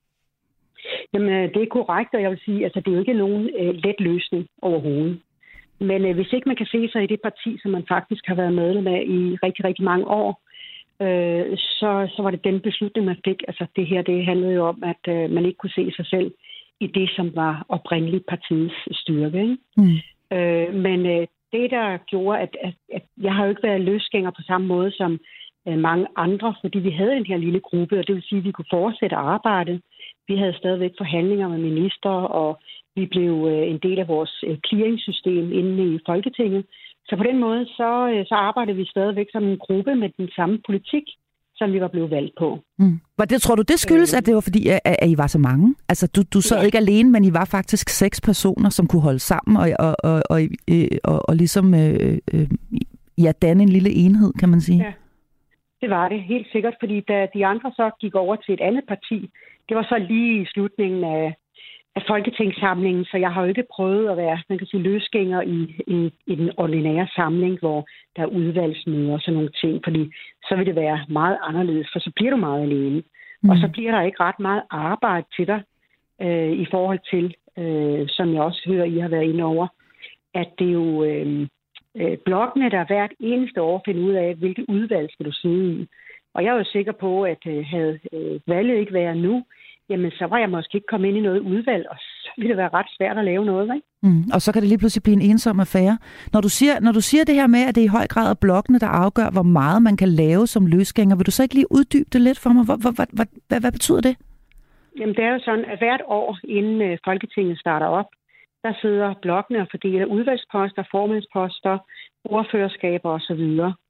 Jamen, det er korrekt, og jeg vil sige, altså det er jo ikke nogen øh, let løsning overhovedet. Men øh, hvis ikke man kan se sig i det parti, som man faktisk har været medlem af i rigtig, rigtig mange år, øh, så, så var det den beslutning, man fik. Altså det her, det handlede jo om, at øh, man ikke kunne se sig selv i det, som var oprindeligt partiets styrke. Ikke? Mm. Øh, men øh, det, der gjorde, at, at, at jeg har jo ikke været løsgænger på samme måde som mange andre, fordi vi havde en her lille gruppe, og det vil sige, at vi kunne fortsætte arbejde. Vi havde stadigvæk forhandlinger med minister, og vi blev en del af vores clearingssystem inde i Folketinget. Så på den måde, så, så arbejdede vi stadigvæk som en gruppe med den samme politik, som vi var blevet valgt på. Mm. Det, tror du, det skyldes, at det var fordi, at, at I var så mange? Altså, du, du sad ja. ikke alene, men I var faktisk seks personer, som kunne holde sammen og, og, og, og, og, og ligesom øh, øh, ja, danne en lille enhed, kan man sige. Ja. Det var det, helt sikkert, fordi da de andre så gik over til et andet parti, det var så lige i slutningen af, af folketingssamlingen, så jeg har jo ikke prøvet at være, man kan sige, løsgænger i, i, i den ordinære samling, hvor der er udvalgsmøder og sådan nogle ting, fordi så vil det være meget anderledes, for så bliver du meget alene. Mm. Og så bliver der ikke ret meget arbejde til dig øh, i forhold til, øh, som jeg også hører, I har været inde over, at det er jo Øh, bloggene, der hvert eneste år finder ud af, hvilke udvalg skal du sidde i. Og jeg er jo sikker på, at havde valget ikke været nu, jamen så var jeg måske ikke kommet ind i noget udvalg, og så ville det være ret svært at lave noget, ikke? Mm, og så kan det lige pludselig blive en ensom affære. Når du siger, når du siger det her med, at det er i høj grad er bloggene, der afgør, hvor meget man kan lave som løsgænger, vil du så ikke lige uddybe det lidt for mig? Hvad, hvad, hvad, hvad, hvad betyder det? Jamen det er jo sådan, at hvert år, inden Folketinget starter op, der sidder bloggene og fordeler udvalgsposter, formandsposter, ordførerskaber osv.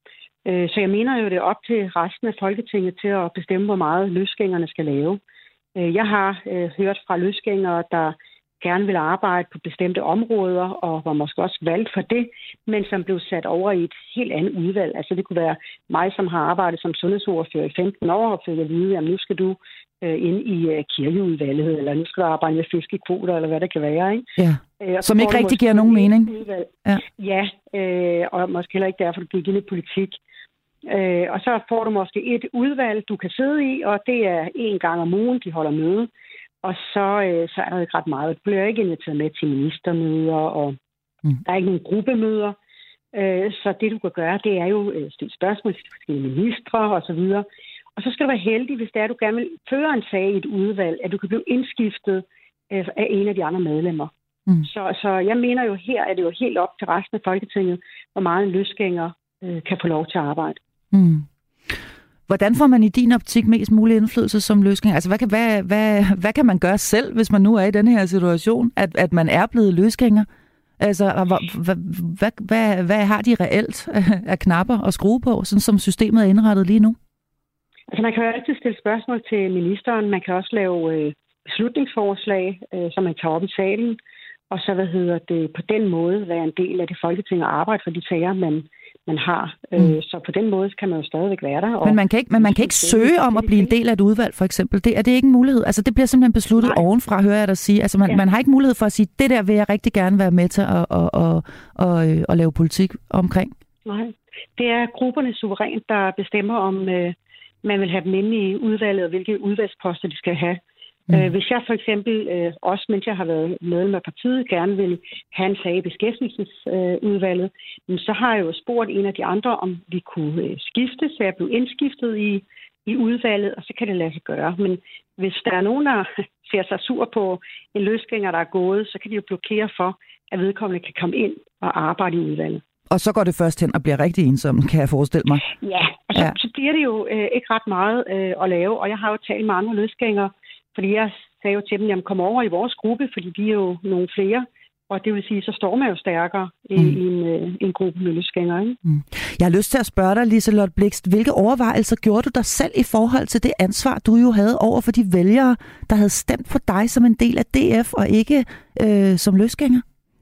Så jeg mener jo, det er op til resten af Folketinget til at bestemme, hvor meget løsgængerne skal lave. Jeg har hørt fra løsgængere, der gerne vil arbejde på bestemte områder, og var måske også valgt for det, men som blev sat over i et helt andet udvalg. Altså det kunne være mig, som har arbejdet som sundhedsordfører i femten år, og fik at vide, at nu skal du øh, ind i øh, kirkeudvalget, eller nu skal du arbejde med fiskekvoter, eller hvad det kan være. Ikke? Ja. Øh, som ikke rigtig giver nogen mening. Ja, ja øh, og måske heller ikke derfor, du gik ind i politik. Øh, og så får du måske et udvalg, du kan sidde i, og det er en gang om ugen, de holder møde. Og så, øh, så er der ikke ret meget. Du bliver ikke inviteret med til ministermøder, og mm. der er ikke nogen gruppemøder. Øh, så det, du kan gøre, det er jo øh, stille spørgsmål til forskellige ministre og så videre. Og så skal du være heldig, hvis det er, at du gerne vil føre en sag i et udvalg, at du kan blive indskiftet øh, af en af de andre medlemmer. Mm. Så, så jeg mener jo, her er det jo helt op til resten af Folketinget, hvor meget en løsgænger øh, kan få lov til at arbejde. Mm. Hvordan får man i din optik mest mulig indflydelse som løsgænger? Altså, hvad kan, hvad, hvad, hvad kan man gøre selv, hvis man nu er i den her situation, at, at man er blevet løsgænger? Altså, hvad, hvad, hvad, hvad har de reelt af knapper at skrue på, sådan som systemet er indrettet lige nu? Altså, man kan jo altid stille spørgsmål til ministeren. Man kan også lave øh, beslutningsforslag, øh, som man tager op i salen, og så, hvad hedder det, på den måde være en del af det Folketing og arbejde for de sager, man man har. Mm. Øh, så på den måde kan man jo stadigvæk være der. Og men man kan ikke, men man kan ikke søge om at blive en del af et udvalg, for eksempel. Det, er det ikke en mulighed? Altså, det bliver simpelthen besluttet Nej. ovenfra, hører jeg dig sige. Altså, man, ja. man har ikke mulighed for at sige, det der vil jeg rigtig gerne være med til at, at, at, at, at, at lave politik omkring. Nej. Det er grupperne suverænt, der bestemmer, om, øh, man vil have dem inde i udvalget, og hvilke udvalgsposter de skal have. Mm. Øh, hvis jeg for eksempel, øh, også mens jeg har været medlem af partiet, gerne vil have en sag i beskæftigelsesudvalget, øh, så har jeg jo spurgt en af de andre, om vi kunne øh, skifte, så jeg blev indskiftet i, i udvalget, og så kan det lade sig gøre. Men hvis der er nogen, der ser sig sur på en løsgænger, der er gået, så kan de jo blokere for, at vedkommende kan komme ind og arbejde i udvalget. Og så går det først hen og bliver rigtig ensom, kan jeg forestille mig. Ja, og så, ja. så bliver det jo øh, ikke ret meget øh, at lave, og jeg har jo talt med andre løsgængere, fordi jeg sagde jo til dem, at kom over i vores gruppe, fordi vi er jo nogle flere. Og det vil sige, så står man jo stærkere i, mm. i en, øh, en gruppe med løsgængere. Ikke? Mm. Jeg har lyst til at spørge dig, Liselott Blixt, hvilke overvejelser gjorde du dig selv i forhold til det ansvar, du jo havde over for de vælgere, der havde stemt på dig som en del af D F og ikke øh, som løsgænger?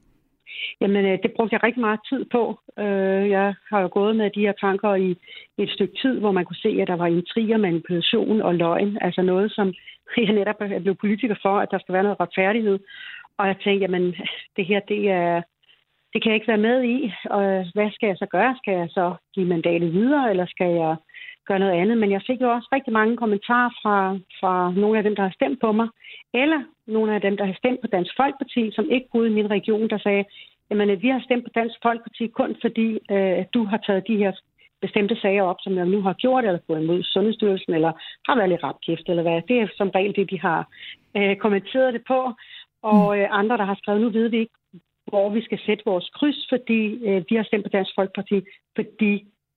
Jamen, det brugte jeg rigtig meget tid på. Jeg har jo gået med de her tanker i et stykke tid, hvor man kunne se, at der var intriger, manipulation og løgn. Altså noget, som jeg netop er blevet politiker for, at der skal være noget retfærdighed. Og jeg tænkte, jamen, det her, det er... Det kan jeg ikke være med i. Og hvad skal jeg så gøre? Skal jeg så give mandatet videre, eller skal jeg gøre noget andet? Men jeg fik jo også rigtig mange kommentarer fra, fra nogle af dem, der har stemt på mig, eller nogle af dem, der har stemt på Dansk Folkeparti, som ikke boede i min region, der sagde, jamen, vi har stemt på Dansk Folkeparti kun fordi, øh, du har taget de her bestemte sager op, som jeg nu har gjort, eller gået imod Sundhedsstyrelsen, eller har været lidt rapkæft, eller hvad. Det er som regel det, de har øh, kommenteret det på. Og øh, andre, der har skrevet, nu ved vi ikke, hvor vi skal sætte vores kryds, fordi øh, vi har stemt på Dansk Folkeparti, fordi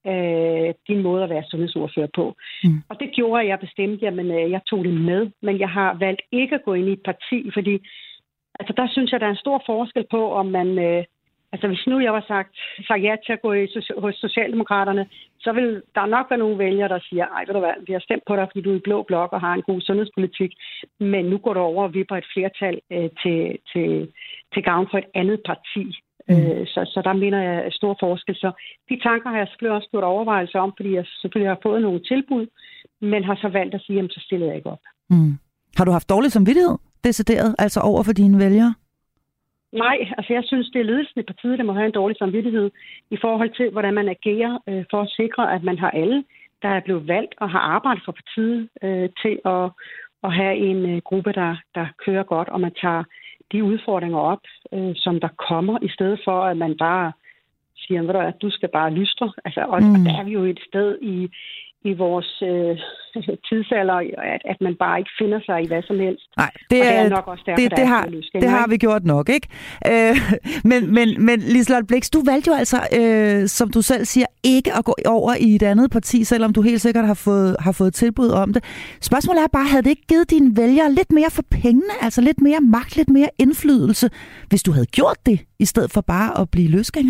øh, din måde at være sundhedsordfører på. Mm. Og det gjorde, at jeg bestemte, jamen øh, jeg tog det med, men jeg har valgt ikke at gå ind i et parti, fordi altså, der synes jeg, der er en stor forskel på, om man... Øh, altså, hvis nu jeg var sagt, sagt ja til at gå i, hos Socialdemokraterne, så vil der nok være nogle vælgere, der siger, ej, ved du hvad, vi har stemt på dig, fordi du er i blå blok og har en god sundhedspolitik, men nu går du over og vipper et flertal øh, til, til, til gavn for et andet parti. Mm. Øh, så, så der mener jeg stor forskel. Så de tanker har jeg selvfølgelig også gjort overvejelser om, fordi jeg selvfølgelig har fået nogle tilbud, men har så valgt at sige, jamen, så stiller jeg ikke op. Mm. Har du haft dårlig samvittighed, decideret, altså over for dine vælgere? Nej, altså jeg synes, det er ledelsen i partiet, der må have en dårlig samvittighed i forhold til, hvordan man agerer øh, for at sikre, at man har alle, der er blevet valgt og har arbejdet for partiet øh, til at, at have en øh, gruppe, der, der kører godt, og man tager de udfordringer op, øh, som der kommer, i stedet for, at man bare siger, ved du, at du skal bare lystre. Altså, og, mm. og der er vi jo et sted i, i vores øh, tidsalder, at, at man bare ikke finder sig i hvad som helst. Nej, det er, og det er nok også derfor, det, der det er har, det har vi gjort nok, ikke? Øh, men, men, men Liselott Blixt, du valgte jo altså, øh, som du selv siger, ikke at gå over i et andet parti, selvom du helt sikkert har fået, har fået tilbud om det. Spørgsmålet er bare, havde det ikke givet dine vælgere lidt mere for pengene, altså lidt mere magt, lidt mere indflydelse, hvis du havde gjort det, i stedet for bare at blive løsgænger?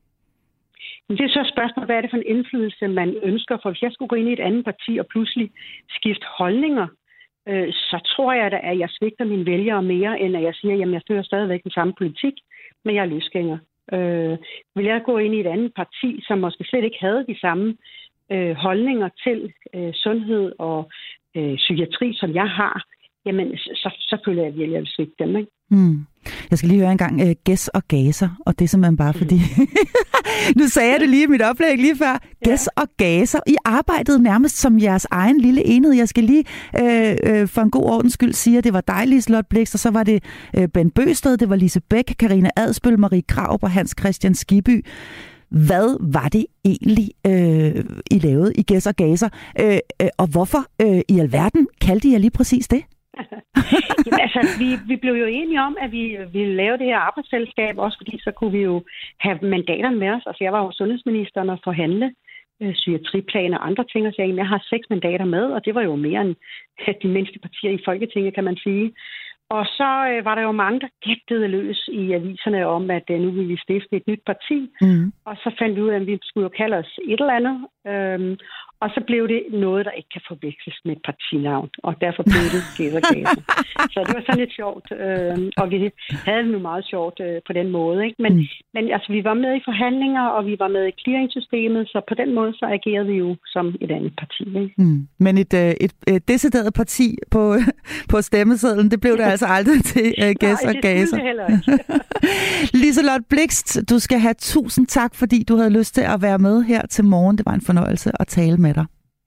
Det er så spørgsmålet, hvad er det for en indflydelse, man ønsker? For hvis jeg skulle gå ind i et andet parti og pludselig skifte holdninger, øh, så tror jeg da, at jeg svigter mine vælgere mere, end at jeg siger, at jeg fører stadigvæk den samme politik, men jeg er løsgænger. Øh, vil jeg gå ind i et andet parti, som måske slet ikke havde de samme øh, holdninger til øh, sundhed og øh, psykiatri, som jeg har, jamen så, så føler jeg, at jeg vil svigte dem, ikke? Hmm. Jeg skal lige høre en gang uh, gæs og gaser, og det er simpelthen bare fordi... nu sagde jeg det lige i mit oplæg lige før. Ja. Gæs og gaser. I arbejdede nærmest som jeres egen lille enhed. Jeg skal lige øh, øh, for en god ordens skyld sige, at det var dig, Liselott Blixt, og så var det øh, Ben Bøgsted, det var Lise Bæk, Karina Adsbøl, Marie Krarup og Hans Christian Skibby. Hvad var det egentlig, øh, I lavede i gæs og gaser? Øh, øh, og hvorfor øh, i alverden kaldte I jer lige præcis det? Jamen, altså, vi, vi blev jo enige om, at vi ville lave det her arbejdsfællesskab, også fordi så kunne vi jo have mandaterne med os. Altså, jeg var jo sundhedsministeren og forhandle øh, psykiatriplan og andre ting, og sagde, at jeg har seks mandater med, og det var jo mere end de mindste partier i Folketinget, kan man sige. Og så øh, var der jo mange, der gættede løs i aviserne om, at øh, nu ville vi stifte et nyt parti. Mm. Og så fandt vi ud af, at vi skulle jo kalde os et eller andet. Øhm, og så blev det noget, der ikke kan forveksles med et partinavn. Og derfor blev det Gæs og Gaser. Så det var sådan lidt sjovt. Øhm, og vi havde det nu meget sjovt øh, på den måde. Ikke? Men, mm. men altså, vi var med i forhandlinger, og vi var med i clearingsystemet. Så på den måde, så agerede vi jo som et andet parti. Ikke? Mm. Men et, øh, et, et decideret parti på, på stemmesedlen, det blev det altså aldrig til uh, Gæs og Gaser. Nej, det heller ikke. Liselott Blixt, du skal have tusind tak, fordi du havde lyst til at være med her til morgen. Det var en fornøjelse at tale med dig.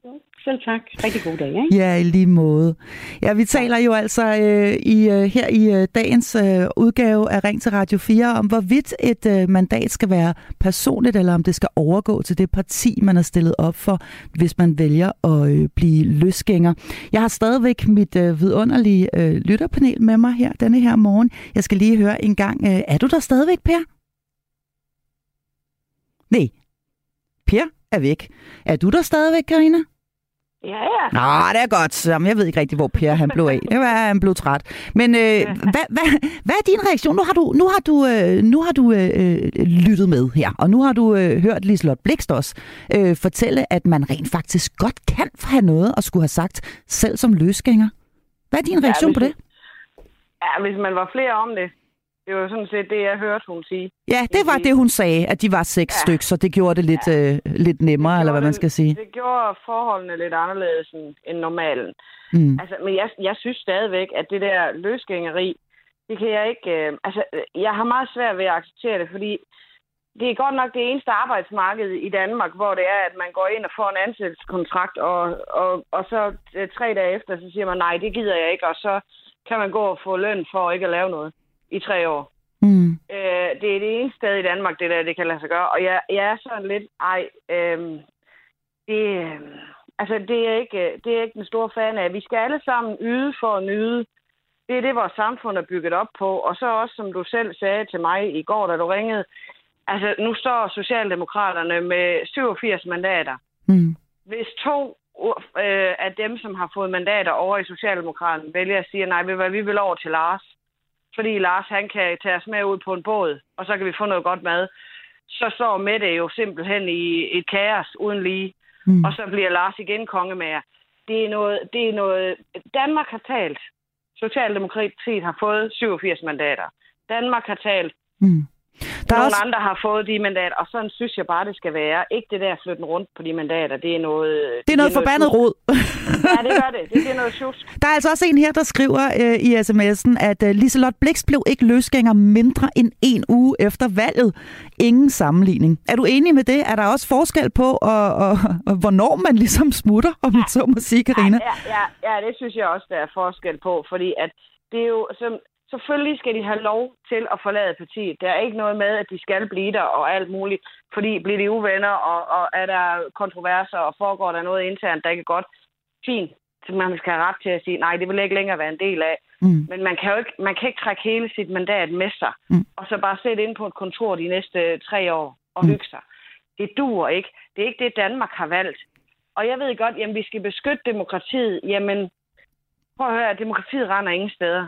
Selv tak. Rigtig god dag, ikke? Ja, i lige måde. Ja, vi taler jo altså øh, i, øh, her i øh, dagens øh, udgave af Ring til Radio fire om, hvorvidt et øh, mandat skal være personligt, eller om det skal overgå til det parti, man er stillet op for, hvis man vælger at øh, blive løsgænger. Jeg har stadigvæk mit øh, vidunderlige øh, lytterpanel med mig her denne her morgen. Jeg skal lige høre en gang. Øh, er du der stadigvæk, Per? Nej. Per er væk. Er du der stadigvæk, Karina? Ja, ja. Nå, det er godt. Jamen, jeg ved ikke rigtig, hvor Per han blev af. Det var, han blev træt. Men øh, hvad, hvad, hvad er din reaktion? Nu har du, nu har du, øh, nu har du øh, lyttet med her, og nu har du øh, hørt Liselott Blixt også øh, fortælle, at man rent faktisk godt kan have noget at skulle have sagt, selv som løsgænger. Hvad er din reaktion ja, på det? Ja, hvis man var flere om det. Det var jo sådan set det, jeg hørte hun sige. Ja, det var det, hun sagde, at de var seks ja. stykker, så det gjorde det lidt, ja. øh, lidt nemmere, eller hvad man skal sige. Det gjorde forholdene lidt anderledes end normalen. Mm. Altså, men jeg, jeg synes stadigvæk, at det der løsgængeri, det kan jeg ikke... Øh, altså, jeg har meget svært ved at acceptere det, fordi det er godt nok det eneste arbejdsmarked i Danmark, hvor det er, at man går ind og får en ansættelseskontrakt, og, og, og så øh, tre dage efter, så siger man, nej, det gider jeg ikke, og så kan man gå og få løn for ikke at lave noget i tre år. Mm. Øh, det er det eneste sted i Danmark, det der, det kan lade sig gøre. Og jeg, jeg er sådan lidt, ej, øh, det, altså, det, er ikke, det er ikke den store fan af. Vi skal alle sammen yde for at nyde. Det er det, vores samfund er bygget op på. Og så også, som du selv sagde til mig i går, da du ringede, altså, nu står Socialdemokraterne med syvogfirs mandater. Mm. Hvis to øh, af dem, som har fået mandater over i Socialdemokraterne, vælger at sige, nej, vi vil over til Lars, fordi Lars, han kan tage os med ud på en båd, og så kan vi få noget godt mad, så står Mette jo simpelthen i et kaos uden lige, mm. og så bliver Lars igen kongemager. Det er noget, det er noget... Danmark har talt. Socialdemokratiet har fået syvogfirs mandater. Danmark har talt. Mm. Der Nogle også... andre har fået de mandater, og sådan synes jeg bare, det skal være. Ikke det der flytten rundt på de mandater, det er noget... Det er det noget er forbandet noget rod. Ja, det gør det. Det, det er noget tjusk. Der er altså også en her, der skriver øh, i sms'en, at øh, Liselott Blixt blev ikke løsgænger mindre end en uge efter valget. Ingen sammenligning. Er du enig med det? Er der også forskel på, og, og, og, hvornår man ligesom smutter, om ja. så må sige, Karina? Ja, ja, ja, ja, det synes jeg også, der er forskel på, fordi at det er jo... Som, selvfølgelig skal de have lov til at forlade partiet. Der er ikke noget med, at de skal blive der og alt muligt, fordi bliver de uvenner, og, og er der kontroverser, og foregår der noget internt, der ikke er godt. Fint. Så man skal have ret til at sige, nej, det vil ikke længere være en del af. Mm. Men man kan jo ikke, man kan ikke trække hele sit mandat med sig, mm. og så bare sætte ind på et kontor de næste tre år og mm. hygge sig. Det duer ikke. Det er ikke det, Danmark har valgt. Og jeg ved godt, jamen vi skal beskytte demokratiet. Jamen, prøv at høre, at demokratiet render ingen steder.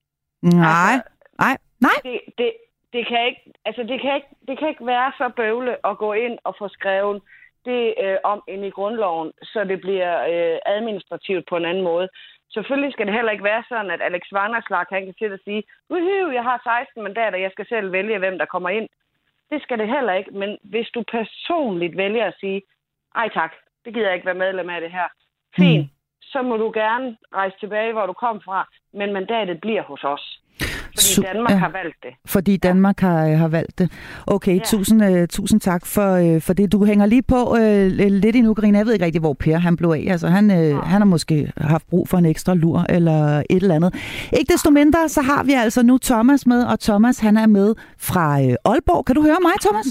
Nej, altså, nej, nej. Det, det, det, kan ikke, altså det, kan ikke, det kan ikke være så bøvle at gå ind og få skrevet det øh, om ind i grundloven, så det bliver øh, administrativt på en anden måde. Selvfølgelig skal det heller ikke være sådan, at Alex Vanderslag kan kan sidde og sige, uhuh, jeg har seksten mandater, jeg skal selv vælge, hvem der kommer ind. Det skal det heller ikke, men hvis du personligt vælger at sige, ej tak, det gider jeg ikke være medlem af det her. Fint. Mm. Så må du gerne rejse tilbage, hvor du kom fra, men mandatet bliver hos os. Fordi Su- Danmark ja. har valgt det. Fordi Danmark ja. har, har valgt det. Okay, ja. tusind, uh, tusind tak for, uh, for det. Du hænger lige på uh, lidt endnu, Karina. Jeg ved ikke rigtig, hvor Per han blev af. Altså, han, uh, ja. han har måske haft brug for en ekstra lur eller et eller andet. Ikke desto mindre, så har vi altså nu Thomas med, og Thomas han er med fra uh, Aalborg. Kan du høre mig, Thomas?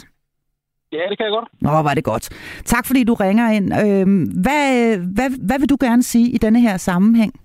Ja, det kan jeg godt. Nå, var det godt. Tak fordi du ringer ind. Øh, hvad, hvad, hvad vil du gerne sige i denne her sammenhæng?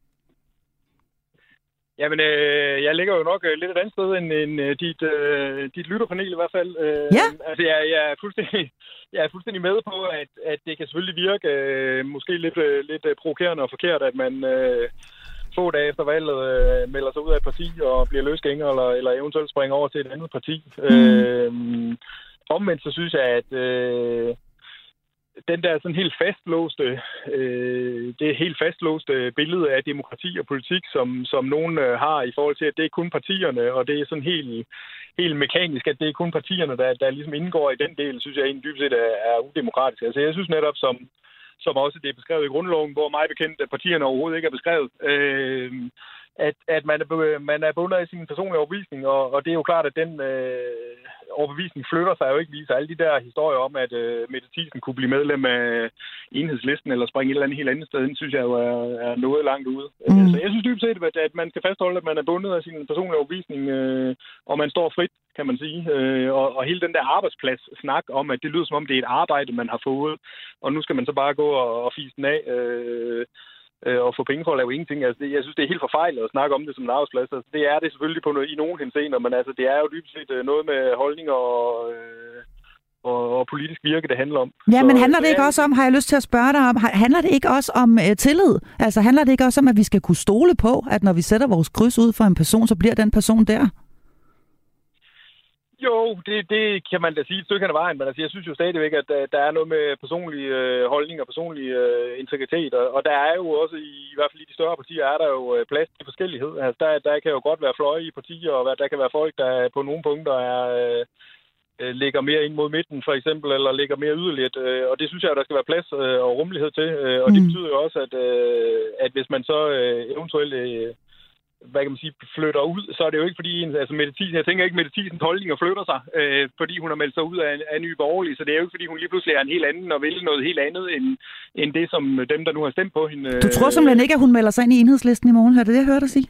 Jamen, øh, jeg ligger jo nok øh, lidt et andet sted end, end øh, dit, øh, dit lytterpanel i hvert fald. Øh, ja. Altså, jeg, jeg, er fuldstændig, jeg er fuldstændig med på, at, at det kan selvfølgelig virke øh, måske lidt, øh, lidt provokerende og forkert, at man øh, få dage efter valget øh, melder sig ud af et parti og bliver løsgænger, eller, eller eventuelt springer over til et andet parti. Mm. Øh, Omvendt så synes jeg, at øh, den der sådan helt fastlåste, øh, det helt fastlåste billede af demokrati og politik, som, som nogen øh, har i forhold til, at det er kun partierne, og det er sådan helt, helt mekanisk, at det er kun partierne, der, der ligesom indgår i den del, synes jeg egentlig dybest set er, er udemokratisk. Altså jeg synes netop, som, som også det er beskrevet i grundloven, hvor mig bekendt, at partierne overhovedet ikke er beskrevet, øh, at, at man er, man er bundet af sin personlige overbevisning, og, og det er jo klart, at den øh, overbevisning flytter sig jo ikke lige, så alle de der historier om, at øh, Mette Thiesen kunne blive medlem af Enhedslisten eller springe et eller andet helt andet sted, den synes jeg jo er, er noget langt ude. Mm. Så jeg synes dybt set, at, at man skal fastholde, at man er bundet af sin personlige overbevisning, øh, og man står frit, kan man sige. Øh, og, og hele den der arbejdsplads-snak om, at det lyder som om, det er et arbejde, man har fået, og nu skal man så bare gå og, og fise den af øh, øh, og få penge for at lave ingenting. Altså, det, jeg synes, det er helt forfejlet at snakke om det som en arbejdsplads. Altså, det er det selvfølgelig på noget, i nogen henseender, men altså, det er jo dybt set noget med holdning og, øh, og, og politisk virke, det handler om. Ja, så, men handler det så, ikke også om, har jeg lyst til at spørge dig om, handler det ikke også om øh, tillid? Altså, handler det ikke også om, at vi skal kunne stole på, at når vi sætter vores kryds ud for en person, så bliver den person der? Jo, det, det kan man da sige et stykke hen ad vejen, men altså, jeg synes jo stadigvæk, at der, der er noget med personlig øh, holdning og personlig øh, integritet, og, og der er jo også, i, i hvert fald i de større partier, er der jo øh, plads til forskellighed. Altså, der, der kan jo godt være fløje i partier, og der kan være folk, der på nogle punkter er, øh, ligger mere ind mod midten, for eksempel, eller ligger mere yderligt, øh, og det synes jeg, der skal være plads øh, og rummelighed til, øh, og mm. det betyder jo også, at, øh, at hvis man så øh, eventuelt... Øh, hvad kan man sige, flytter ud, så er det jo ikke fordi, altså Mette Thiesen, jeg tænker ikke, Mette Thiesens holdninger flytter sig, øh, fordi hun har meldt sig ud af, af Nye Borgerlige, så det er jo ikke fordi, hun lige pludselig er en helt anden og vil noget helt andet, end, end det, som dem, der nu har stemt på hende. Du tror simpelthen ikke, at hun melder sig ind i Enhedslisten i morgen, hørte det, jeg hørte dig sige?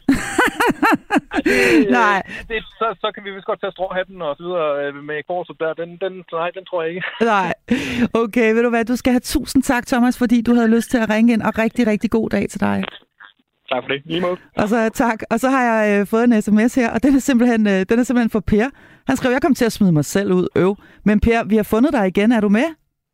det, nej. Det, så, så kan vi vist godt tage stråhatten og så videre med Korsum der, den, den, nej, den tror jeg ikke. Nej, okay, ved du hvad, du skal have tusind tak, Thomas, fordi du havde lyst til at ringe ind, og rigtig, rigtig god dag til dig. Tak for det. Lige måde. Og så tak. Og så har jeg øh, fået en sms her, og den er simpelthen, øh, den er simpelthen for Per. Han skrev, jeg kom til at smide mig selv ud. Øv. Men Per, vi har fundet dig igen. Er du med?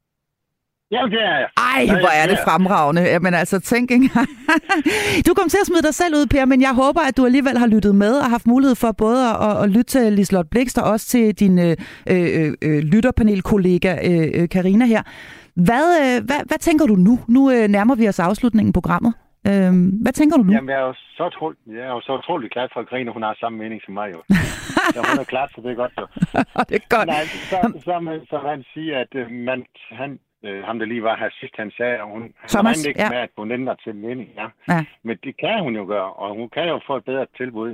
Ja, det er jeg. Ej, hvor er det fremragende. Jamen altså, tænk engang. Du kom til at smide dig selv ud, Per, men jeg håber, at du alligevel har lyttet med og haft mulighed for både at, at lytte til Liselott Blixt og også til din øh, øh, øh, lytterpanelkollega øh, Karina her. Hvad, øh, hvad, hvad tænker du nu? Nu øh, nærmer vi os afslutningen af programmet. Øhm, hvad tænker du nu? Jamen, jeg er jo så, tro, jeg er jo så utrolig glad for, at Karina, hun har samme mening som mig, jo. Så hun er klar, så det er godt, jo. Det er godt. Nej, så, så, så han siger, at øh, man, han, øh, ham der lige var her sidst, han sagde, at hun Thomas, han ikke ja. med, at hun ændrer til mening, ja. ja. Men det kan hun jo gøre, og hun kan jo få et bedre tilbud.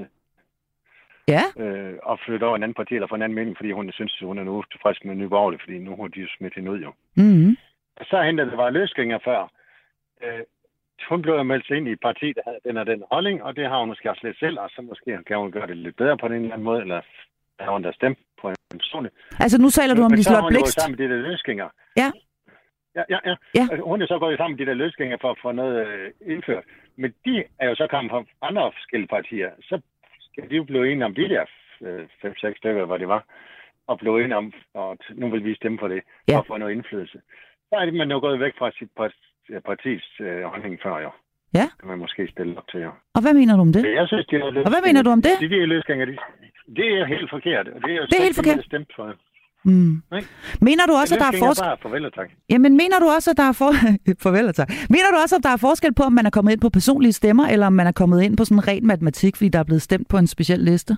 Ja. Øh, og flytte over en anden parti, eller få en anden mening, fordi hun synes, hun er nu tilfreds med Nye Borgerlige, fordi nu har de jo smidt hende ud, jo. Mm-hmm. Så hende, der var løsgænger før, øh, hun blev meldt sig ind i et parti, der havde den og den holdning, og det har hun måske også lidt selv, og så måske kan hun gøre det lidt bedre på den eller anden måde, eller har hun da stemt på en personlig. Altså nu taler du om Liselott Blixt. Men så har hun jo sammen med de der løsgængere. Ja. Ja, ja, ja. ja. Altså, hun er så gået sammen med de der løsgængere for at få noget øh, indført. Men de er jo så kommet fra andre forskellige partier. Så skal de jo blive enige om de der øh, fem seks stykker, hvor det var, og blive enige om, og nu vil vi stemme for det, ja. For at få noget indflydelse. Så er man jo gået væk fra sit parti. Partiets øh, holdning før, jo. Ja. Kan man måske stille op til, jo. Og hvad mener du om det? Jeg synes, det er og hvad mener du om det? De der løsgænger, de, det er helt forkert. Og det er jo det er helt forkert. Stemt for. Mm. Mener du også, at der er forskel? Bare farvel og tak. Jamen, mener du også, at der er for... farvel og tak. Mener du også, at der er forskel på, om man er kommet ind på personlige stemmer, eller om man er kommet ind på sådan en ren matematik, fordi der er blevet stemt på en speciel liste?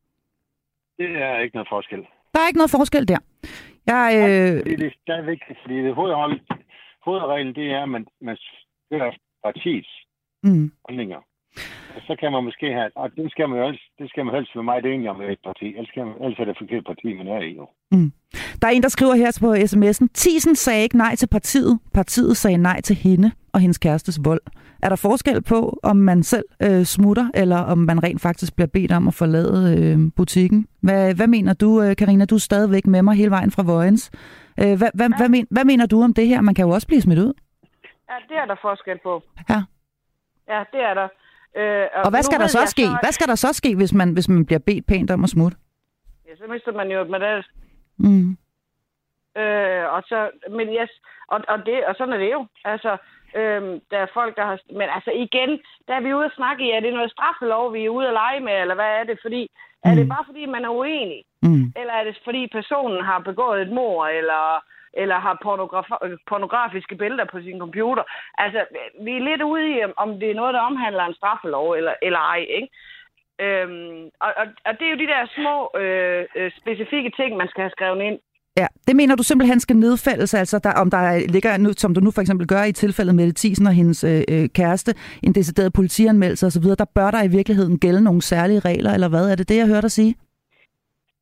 Det er ikke noget forskel. Der er ikke noget forskel der. Jeg, øh... Nej, det er stadigvæk, fordi det hovedhold hovedreglen, det er, at man, man hører partiets mm. holdninger. Og så kan man måske have, og det skal man jo helst, det skal man helst være meget enig om et parti, ellers, man, ellers er det forkert parti, man er i jo. Mm. Der er en, der skriver her på sms'en, Thiesen sagde ikke nej til partiet, partiet sagde nej til hende og hendes kærestes vold. Er der forskel på, om man selv øh, smutter, eller om man rent faktisk bliver bedt om at forlade øh, butikken? Hvad, hvad mener du, Karina? Du er stadigvæk med mig hele vejen fra Vojens. Øh, hvad, hvad, ja. hvad, men, hvad mener du om det her? Man kan jo også blive smidt ud. Ja, det er der forskel på. Ja. Ja, det er der. Øh, og og hvad skal der så ske? Så... Hvad skal der så ske, hvis man, hvis man bliver bedt pænt om at smutte? Ja, så mister man jo et medalje. Mm. Øh, og så, men yes, og, og, det, og sådan er det jo. Altså, øhm, der er folk, der har... Men altså igen, der er vi ude at snakke i, er det noget straffelov, vi er ude at lege med, eller hvad er det? Fordi, mm. er det bare fordi, man er uenig? Mm. Eller er det fordi, personen har begået et mord, eller... eller har pornograf- pornografiske billeder på sin computer. Altså, vi er lidt ude i, om det er noget, der omhandler en straffelov, eller, eller ej, ikke? Øhm, og, og, og det er jo de der små, øh, specifikke ting, man skal have skrevet ind. Ja, det mener du simpelthen skal nedfældes, altså der, om der ligger, som du nu for eksempel gør i tilfældet Mette Thiesen og hendes øh, kæreste, en decideret politianmeldelse osv., der bør der i virkeligheden gælde nogle særlige regler, eller hvad? Er det det, jeg hørte dig sige?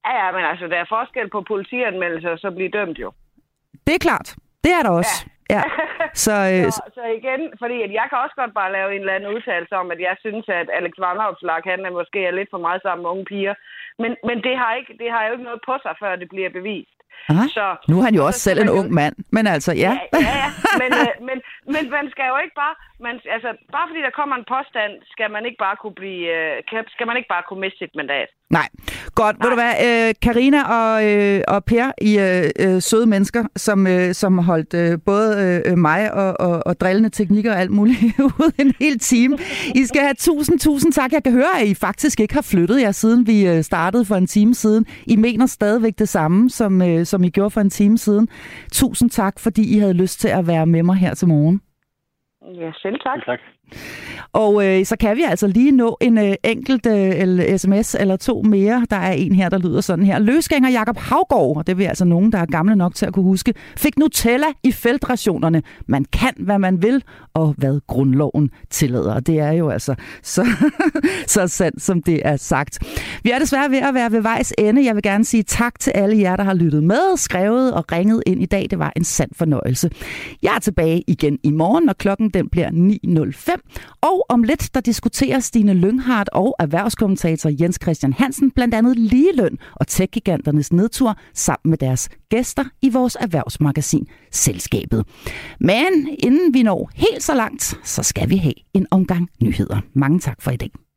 Ja, ja, men altså, der er forskel på politianmeldelser, så bliver dømt jo. Det er klart. Det er der også. Ja. Ja. Så, øh... så, så igen, fordi at jeg kan også godt bare lave en eller anden udtalelse om, at jeg synes, at Alex Vanopslagh, han er måske er lidt for meget sammen med unge piger. Men, men det, har ikke, det har jo ikke noget på sig, før det bliver bevist. Så, nu er han jo også selv en ung mand, men altså, ja. Ja, ja, ja. Men, øh, men, men man skal jo ikke bare, man, altså, bare fordi der kommer en påstand, skal man ikke bare kunne blive, øh, skal man ikke bare kunne miste sit mandat. Nej. Godt, Nej. Ved du hvad, Karina øh, og, øh, og Per, I øh, søde mennesker, som, øh, som holdt øh, både øh, mig og, og, og drillende teknikker og alt muligt ud en hel time. I skal have tusind, tusind tak. Jeg kan høre, at I faktisk ikke har flyttet jer, siden vi startede for en time siden. I mener stadigvæk det samme, som, øh, som I gjorde for en time siden. Tusind tak, fordi I havde lyst til at være med mig her til morgen. Ja, selv tak. tak. Og øh, så kan vi altså lige nå en øh, enkelt øh, sms eller to mere. Der er en her, der lyder sådan her. Løsgænger Jakob Havgård, og det er vi altså nogen, der er gamle nok til at kunne huske, fik Nutella i feltrationerne. Man kan, hvad man vil, og hvad grundloven tillader. Og det er jo altså så, så sandt, som det er sagt. Vi er desværre ved at være ved vejs ende. Jeg vil gerne sige tak til alle jer, der har lyttet med, skrevet og ringet ind i dag. Det var en sand fornøjelse. Jeg er tilbage igen i morgen, og klokken den bliver ni nul fem. Og om lidt, der diskuterer Stine Lynghardt og erhvervskommentator Jens Christian Hansen blandt andet ligeløn og tech-giganternes nedtur sammen med deres gæster i vores erhvervsmagasin Selskabet. Men inden vi når helt så langt, så skal vi have en omgang nyheder. Mange tak for i dag.